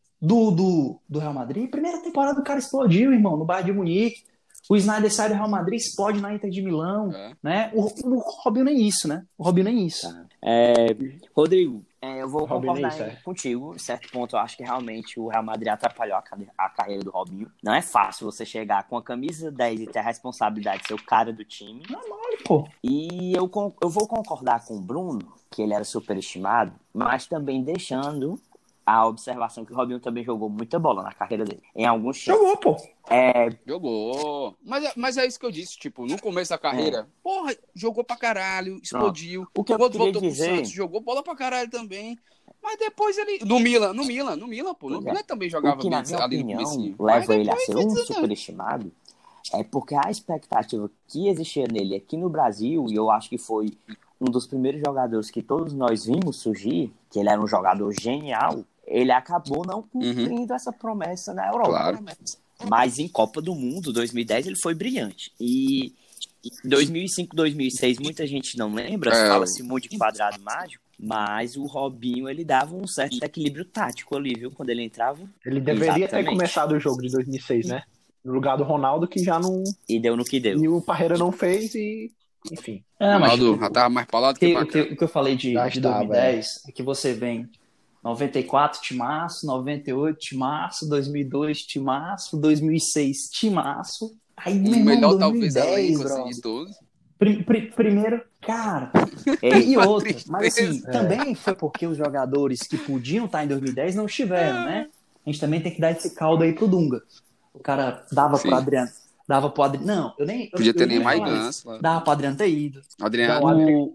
do Real Madrid. Primeira temporada o cara explodiu, irmão, no Bayern de Munique. O Snyder sai do Real Madrid, explode na Inter de Milão, É. né? O Robinho nem isso, né? O Robinho nem isso. Rodrigo, eu vou Robinho, concordar isso é. contigo. Em certo ponto, eu acho que realmente o Real Madrid atrapalhou a carreira do Robinho. Não é fácil você chegar com a camisa 10 e ter a responsabilidade de ser o cara do time. Pô, E eu vou concordar com o Bruno, que ele era superestimado, mas também deixando a observação que o Robinho também jogou muita bola na carreira dele. Em alguns times. jogou, pô. Jogou. Mas é isso que eu disse, tipo, no começo da carreira, porra, jogou pra caralho, explodiu. O que eu Quando queria voltou pro dizer- Santos, jogou bola pra caralho também. Mas depois ele... No Milan, pô. No Pois é. Milan também jogava O que, na bem minha ali no opinião, comecinho. leva Mas ele a depois ser foi um desandando. superestimado é porque a expectativa que existia nele aqui no Brasil, e eu acho que foi um dos primeiros jogadores que todos nós vimos surgir, que ele era um jogador genial, ele acabou não cumprindo essa promessa na Europa. Claro. Mas em Copa do Mundo, 2010, ele foi brilhante. E 2005, 2006, muita gente não lembra, fala-se muito de quadrado mágico, mas o Robinho, ele dava um certo equilíbrio tático ali, viu? Quando ele entrava. Ele deveria ter começado o jogo de 2006, né? No lugar do Ronaldo, que já não... E deu no que deu. E o Parreira não fez e... Enfim. Ronaldo já tava mais pra lá do que pra cá. O que eu falei de 2010 é que você vem 94, timaço, 98, timaço, 2002, timaço, 2006, timaço. Aí, o melhor 2010, talvez elenco assim, de todos. Primeiro, cara, e outra, mas assim, também foi porque os jogadores que podiam estar em 2010 não estiveram, né? A gente também tem que dar esse caldo aí pro Dunga. O cara dava pro Adriano. Dava pro Adriano. Não, eu nem. Podia ter nem mais Ganso. Dava pro Adriano ter ido. Adriano.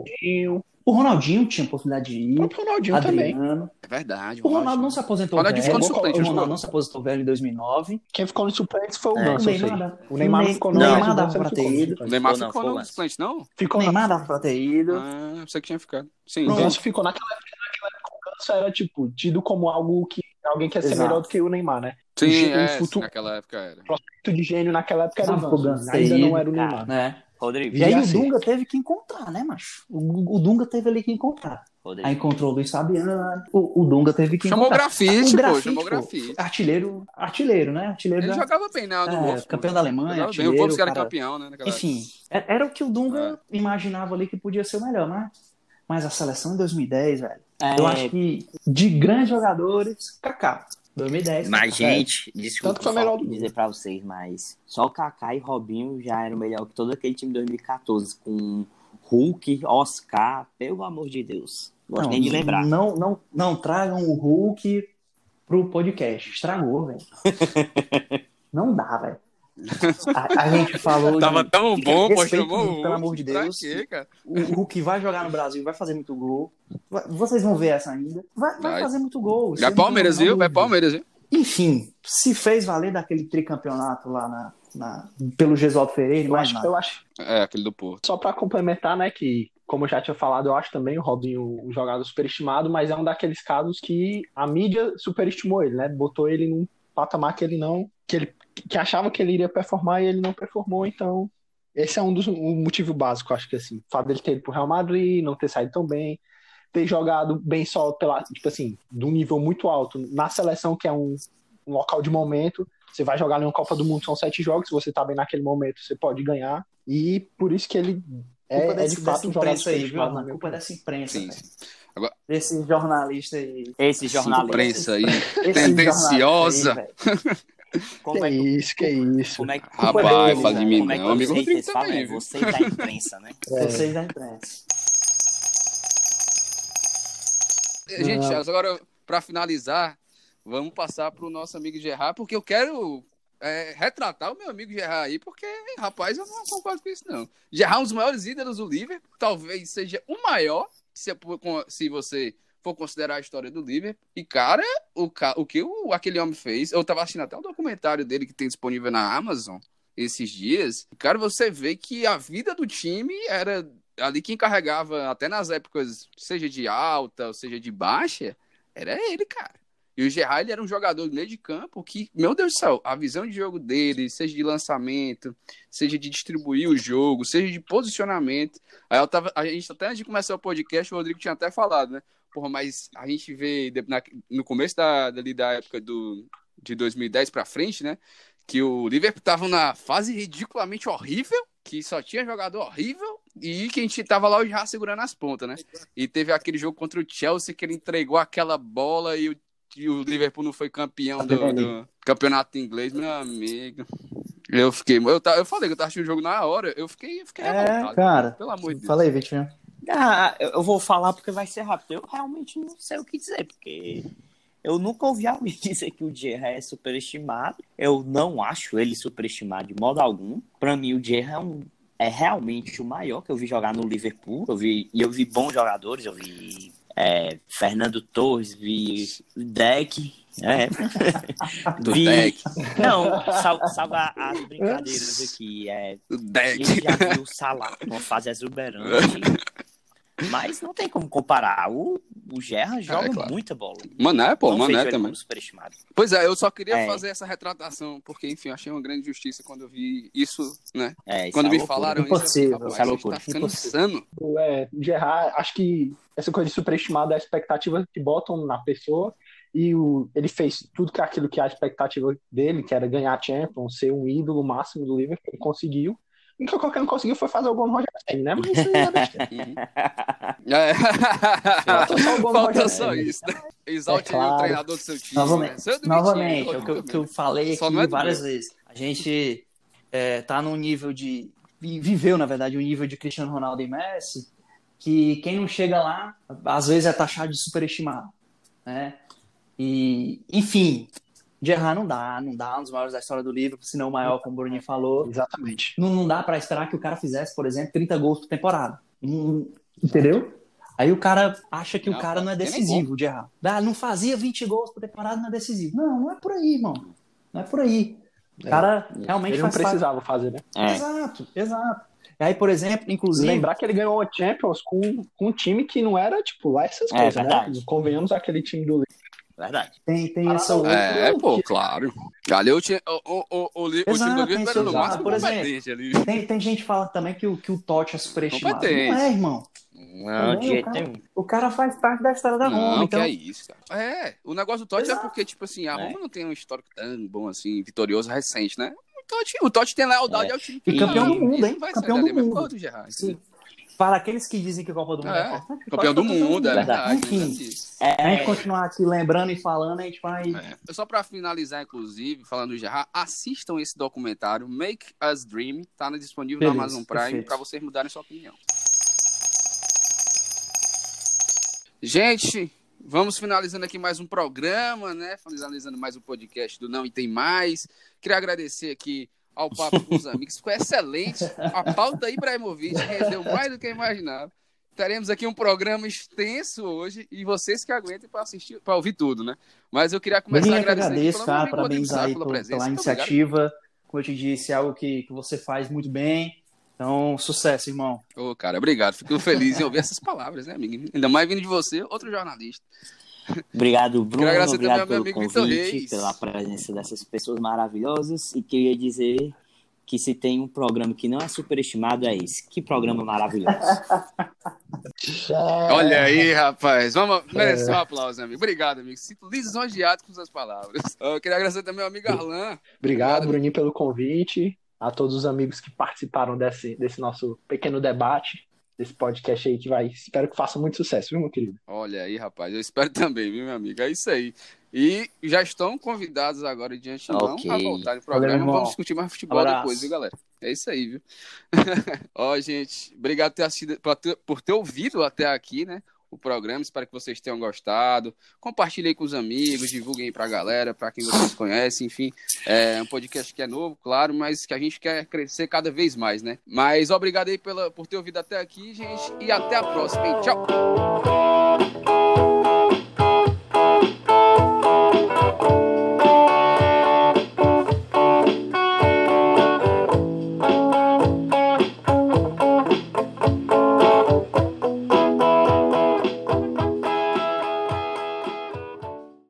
O Ronaldinho tinha possibilidade de ir. O Ronaldinho também. É verdade. O Ronaldo não se aposentou velho. O Ronaldo não se aposentou velho em 2009. Quem ficou no suplente foi o Ganso. O Neymar não ficou no suplente. O Neymar dava pra ter ido. O Neymar ficou no suplente, não? O Neymar dava pra ter ido. Ah, você que tinha ficado. Sim. O Ganso ficou naquela época. O Ganso era, tipo, tido como algo que alguém quer ser melhor do que o Neymar, né? Sim, naquela época era. O prospecto de gênio naquela época era o Ganso. Ainda não era o Neymar. Né? Rodrigo. E aí o Dunga teve que encontrar, né, macho? O Dunga teve ali que encontrar. Rodrigo. Aí encontrou o Luiz Fabiano. O Dunga teve que encontrar. Chamou grafite. Artilheiro, né? Artilheiro ele jogava bem, né? Do Wolfsburg. Campeão da Alemanha, artilheiro. O Wolfsburg era campeão, né? Enfim, era o que o Dunga imaginava ali que podia ser o melhor, né? Mas a seleção em 2010, velho, eu acho que de grandes jogadores, Kaká. 2010. Mas, gente, desculpa dizer pra vocês, mas só o Kaká e Robinho já eram melhor que todo aquele time de 2014, com Hulk, Oscar, pelo amor de Deus. Gosto nem de lembrar. Não tragam o Hulk pro podcast. Estragou, velho. Não dá, velho. A gente falou. Tava tão bom, pô, chamou o Hulk, pelo amor de Deus. Quê, cara? O Hulk vai jogar no Brasil, vai fazer muito gol. Vocês vão ver essa ainda. Vai fazer muito gol. Vai Palmeiras, viu? Vai Palmeiras, viu? Enfim, se fez valer daquele tricampeonato lá pelo Gesualdo Ferreira, eu acho. Aquele do Porto. Só pra complementar, né, que, como eu já tinha falado, eu acho também o Robinho um jogador superestimado, mas é um daqueles casos que a mídia superestimou ele, né? Botou ele num patamar que ele não. Que achava que ele iria performar e ele não performou, então esse é um motivo básico, acho que assim, o fato dele ter ido pro Real Madrid, não ter saído tão bem, ter jogado bem só tipo assim, de um nível muito alto na seleção, que é um local de momento. Você vai jogar ali uma Copa do Mundo, são 7 jogos, se você tá bem naquele momento, você pode ganhar, e por isso que ele de fato um jogador aí, viu? A culpa é dessa imprensa, sim. Agora, esse jornalista aí. Esse jornalista. Imprensa aí, tendenciosa. Que isso. Como é que rapaz, fala de mim, não. Amigo Rodrigo também, vocês da imprensa, né? Vocês da imprensa. Gente, agora, para finalizar, vamos passar pro nosso amigo Gerard, porque eu quero retratar o meu amigo Gerard aí, porque, rapaz, eu não concordo com isso, não. Gerard é um dos maiores ídolos do Liverpool, talvez seja o maior, se você for considerar a história do Liverpool. E, cara, o que aquele homem fez... Eu tava assistindo até um documentário dele que tem disponível na Amazon esses dias. Cara, você vê que a vida do time era... Ali quem carregava, até nas épocas, seja de alta ou seja de baixa, era ele, cara. E o Gerrard, ele era um jogador de meio de campo que, meu Deus do céu, a visão de jogo dele, seja de lançamento, seja de distribuir o jogo, seja de posicionamento. Aí a gente, até antes de começar o podcast, o Rodrigo tinha até falado, né? Porra, mas a gente vê no começo da época de 2010 pra frente, né? Que o Liverpool tava na fase ridiculamente horrível, que só tinha jogador horrível, e que a gente tava lá já segurando as pontas, né? E teve aquele jogo contra o Chelsea que ele entregou aquela bola e o Liverpool não foi campeão do campeonato inglês, meu amigo. Eu falei que eu tava assistindo o jogo na hora, eu fiquei revoltado. Cara, pelo amor de Deus. Falei, Vitinho. Eu vou falar porque vai ser rápido. Eu realmente não sei o que dizer, porque eu nunca ouvi alguém dizer que o Gerrard é superestimado. Eu não acho ele superestimado de modo algum. Pra mim, o Gerrard é realmente o maior que eu vi jogar no Liverpool. Eu vi bons jogadores, eu vi Fernando Torres, vi Deck. Deck. Não, salva as brincadeiras aqui. O Deck. Ele já viu o Salah numa fase exuberante. Mas não tem como comparar. O Gerrard joga muita bola. Mané, pô, Mané também. Superestimado. Pois é, eu só queria fazer essa retratação, porque, enfim, achei uma grande injustiça quando eu vi isso, né? Quando me falaram isso, isso, é loucura. Tá ficando insano. O Gerrard, acho que essa coisa de superestimar a expectativa que botam na pessoa, e ele fez tudo aquilo que a expectativa dele, que era ganhar a Champions, ser um ídolo máximo do Liverpool, ele conseguiu. O que qualquer não conseguiu foi fazer o gol no Roger Ceni, né? Mas isso aí é besteira. Faltou só isso, né? Exalte o treinador do seu time. Novamente, é o que eu falei aqui várias vezes. A gente tá num nível de... Viveu, na verdade, um nível de Cristiano Ronaldo e Messi, que quem não chega lá, às vezes é taxado de superestimado, né? E, enfim... Gerrard não dá, um dos maiores da história do Liverpool, se não o maior, como o Bruninho falou. Exatamente. Não dá pra esperar que o cara fizesse, por exemplo, 30 gols por temporada. Entendeu? Aí o cara acha que o cara não é decisivo, o Gerrard. Não fazia 20 gols por temporada, não é decisivo. Não é por aí, irmão. Não é por aí. O cara realmente ele não precisava fazer, né? Exato. E aí, por exemplo, inclusive... Lembrar que ele ganhou a Champions com um time que não era, tipo, lá essas coisas, verdade. Né? Convenhamos aquele time do Liverpool. Verdade. Tem essa outra... claro. Ali o time do Liverpool era no máximo por exemplo, ali. Tem gente que fala também que o Totti é superestimado. Competente. Não é, irmão. Não, de jeito nenhum. O cara faz parte da história da Roma. Então... que é isso, cara. O negócio do Totti é porque, tipo assim, a Roma não tem um histórico tão bom assim, vitorioso, recente, né? O Totti tem lealdade ao time. E campeão do mundo, hein? Campeão do mundo. Sim. Para aqueles que dizem que a Copa do Mundo é importante. Campeão do mundo, é verdade. Enfim, a gente continuar aqui lembrando e falando, a gente vai... Só para finalizar, inclusive, falando do Gerrard, assistam esse documentário, Make Us Dream, tá disponível no Amazon Prime, para vocês mudarem sua opinião. Gente, vamos finalizando aqui mais um programa, né? Finalizando mais um podcast do Não e Tem Mais. Queria agradecer aqui ao Papo com os Amigos, ficou excelente. A pauta Ibrahimovic rendeu mais do que eu imaginava. Teremos aqui um programa extenso hoje e vocês que aguentem para assistir, para ouvir tudo, né? Mas eu queria começar agradeço, cara, parabéns aí pela iniciativa. Como eu te disse, é algo que você faz muito bem. Então, sucesso, irmão. Cara, obrigado. Fico feliz em ouvir essas palavras, né, amigo? Ainda mais vindo de você, outro jornalista. Obrigado, Bruno. Obrigado pelo convite, pela presença dessas pessoas maravilhosas. E queria dizer que se tem um programa que não é superestimado, é esse. Que programa maravilhoso. Olha aí, rapaz. Vamos merecer um aplauso, amigo. Obrigado, amigo. Sinto lisonjeado com suas palavras. Eu queria agradecer também ao amigo Arlan. Obrigado, Bruninho, pelo convite. A todos os amigos que participaram desse nosso pequeno debate. Desse podcast aí que espero que faça muito sucesso, viu, meu querido? Olha aí, rapaz, eu espero também, viu, meu amigo? É isso aí. E já estão convidados agora de antemão a voltar no programa. Valeu, vamos discutir mais futebol depois, viu, galera? É isso aí, viu? Gente, obrigado por ter ouvido até aqui, né? O programa, espero que vocês tenham gostado. Compartilhem com os amigos, divulguem aí pra galera, pra quem vocês conhecem, enfim. É um podcast que é novo, claro, mas que a gente quer crescer cada vez mais, né? Mas obrigado aí por ter ouvido até aqui, gente, e até a próxima, hein? Tchau!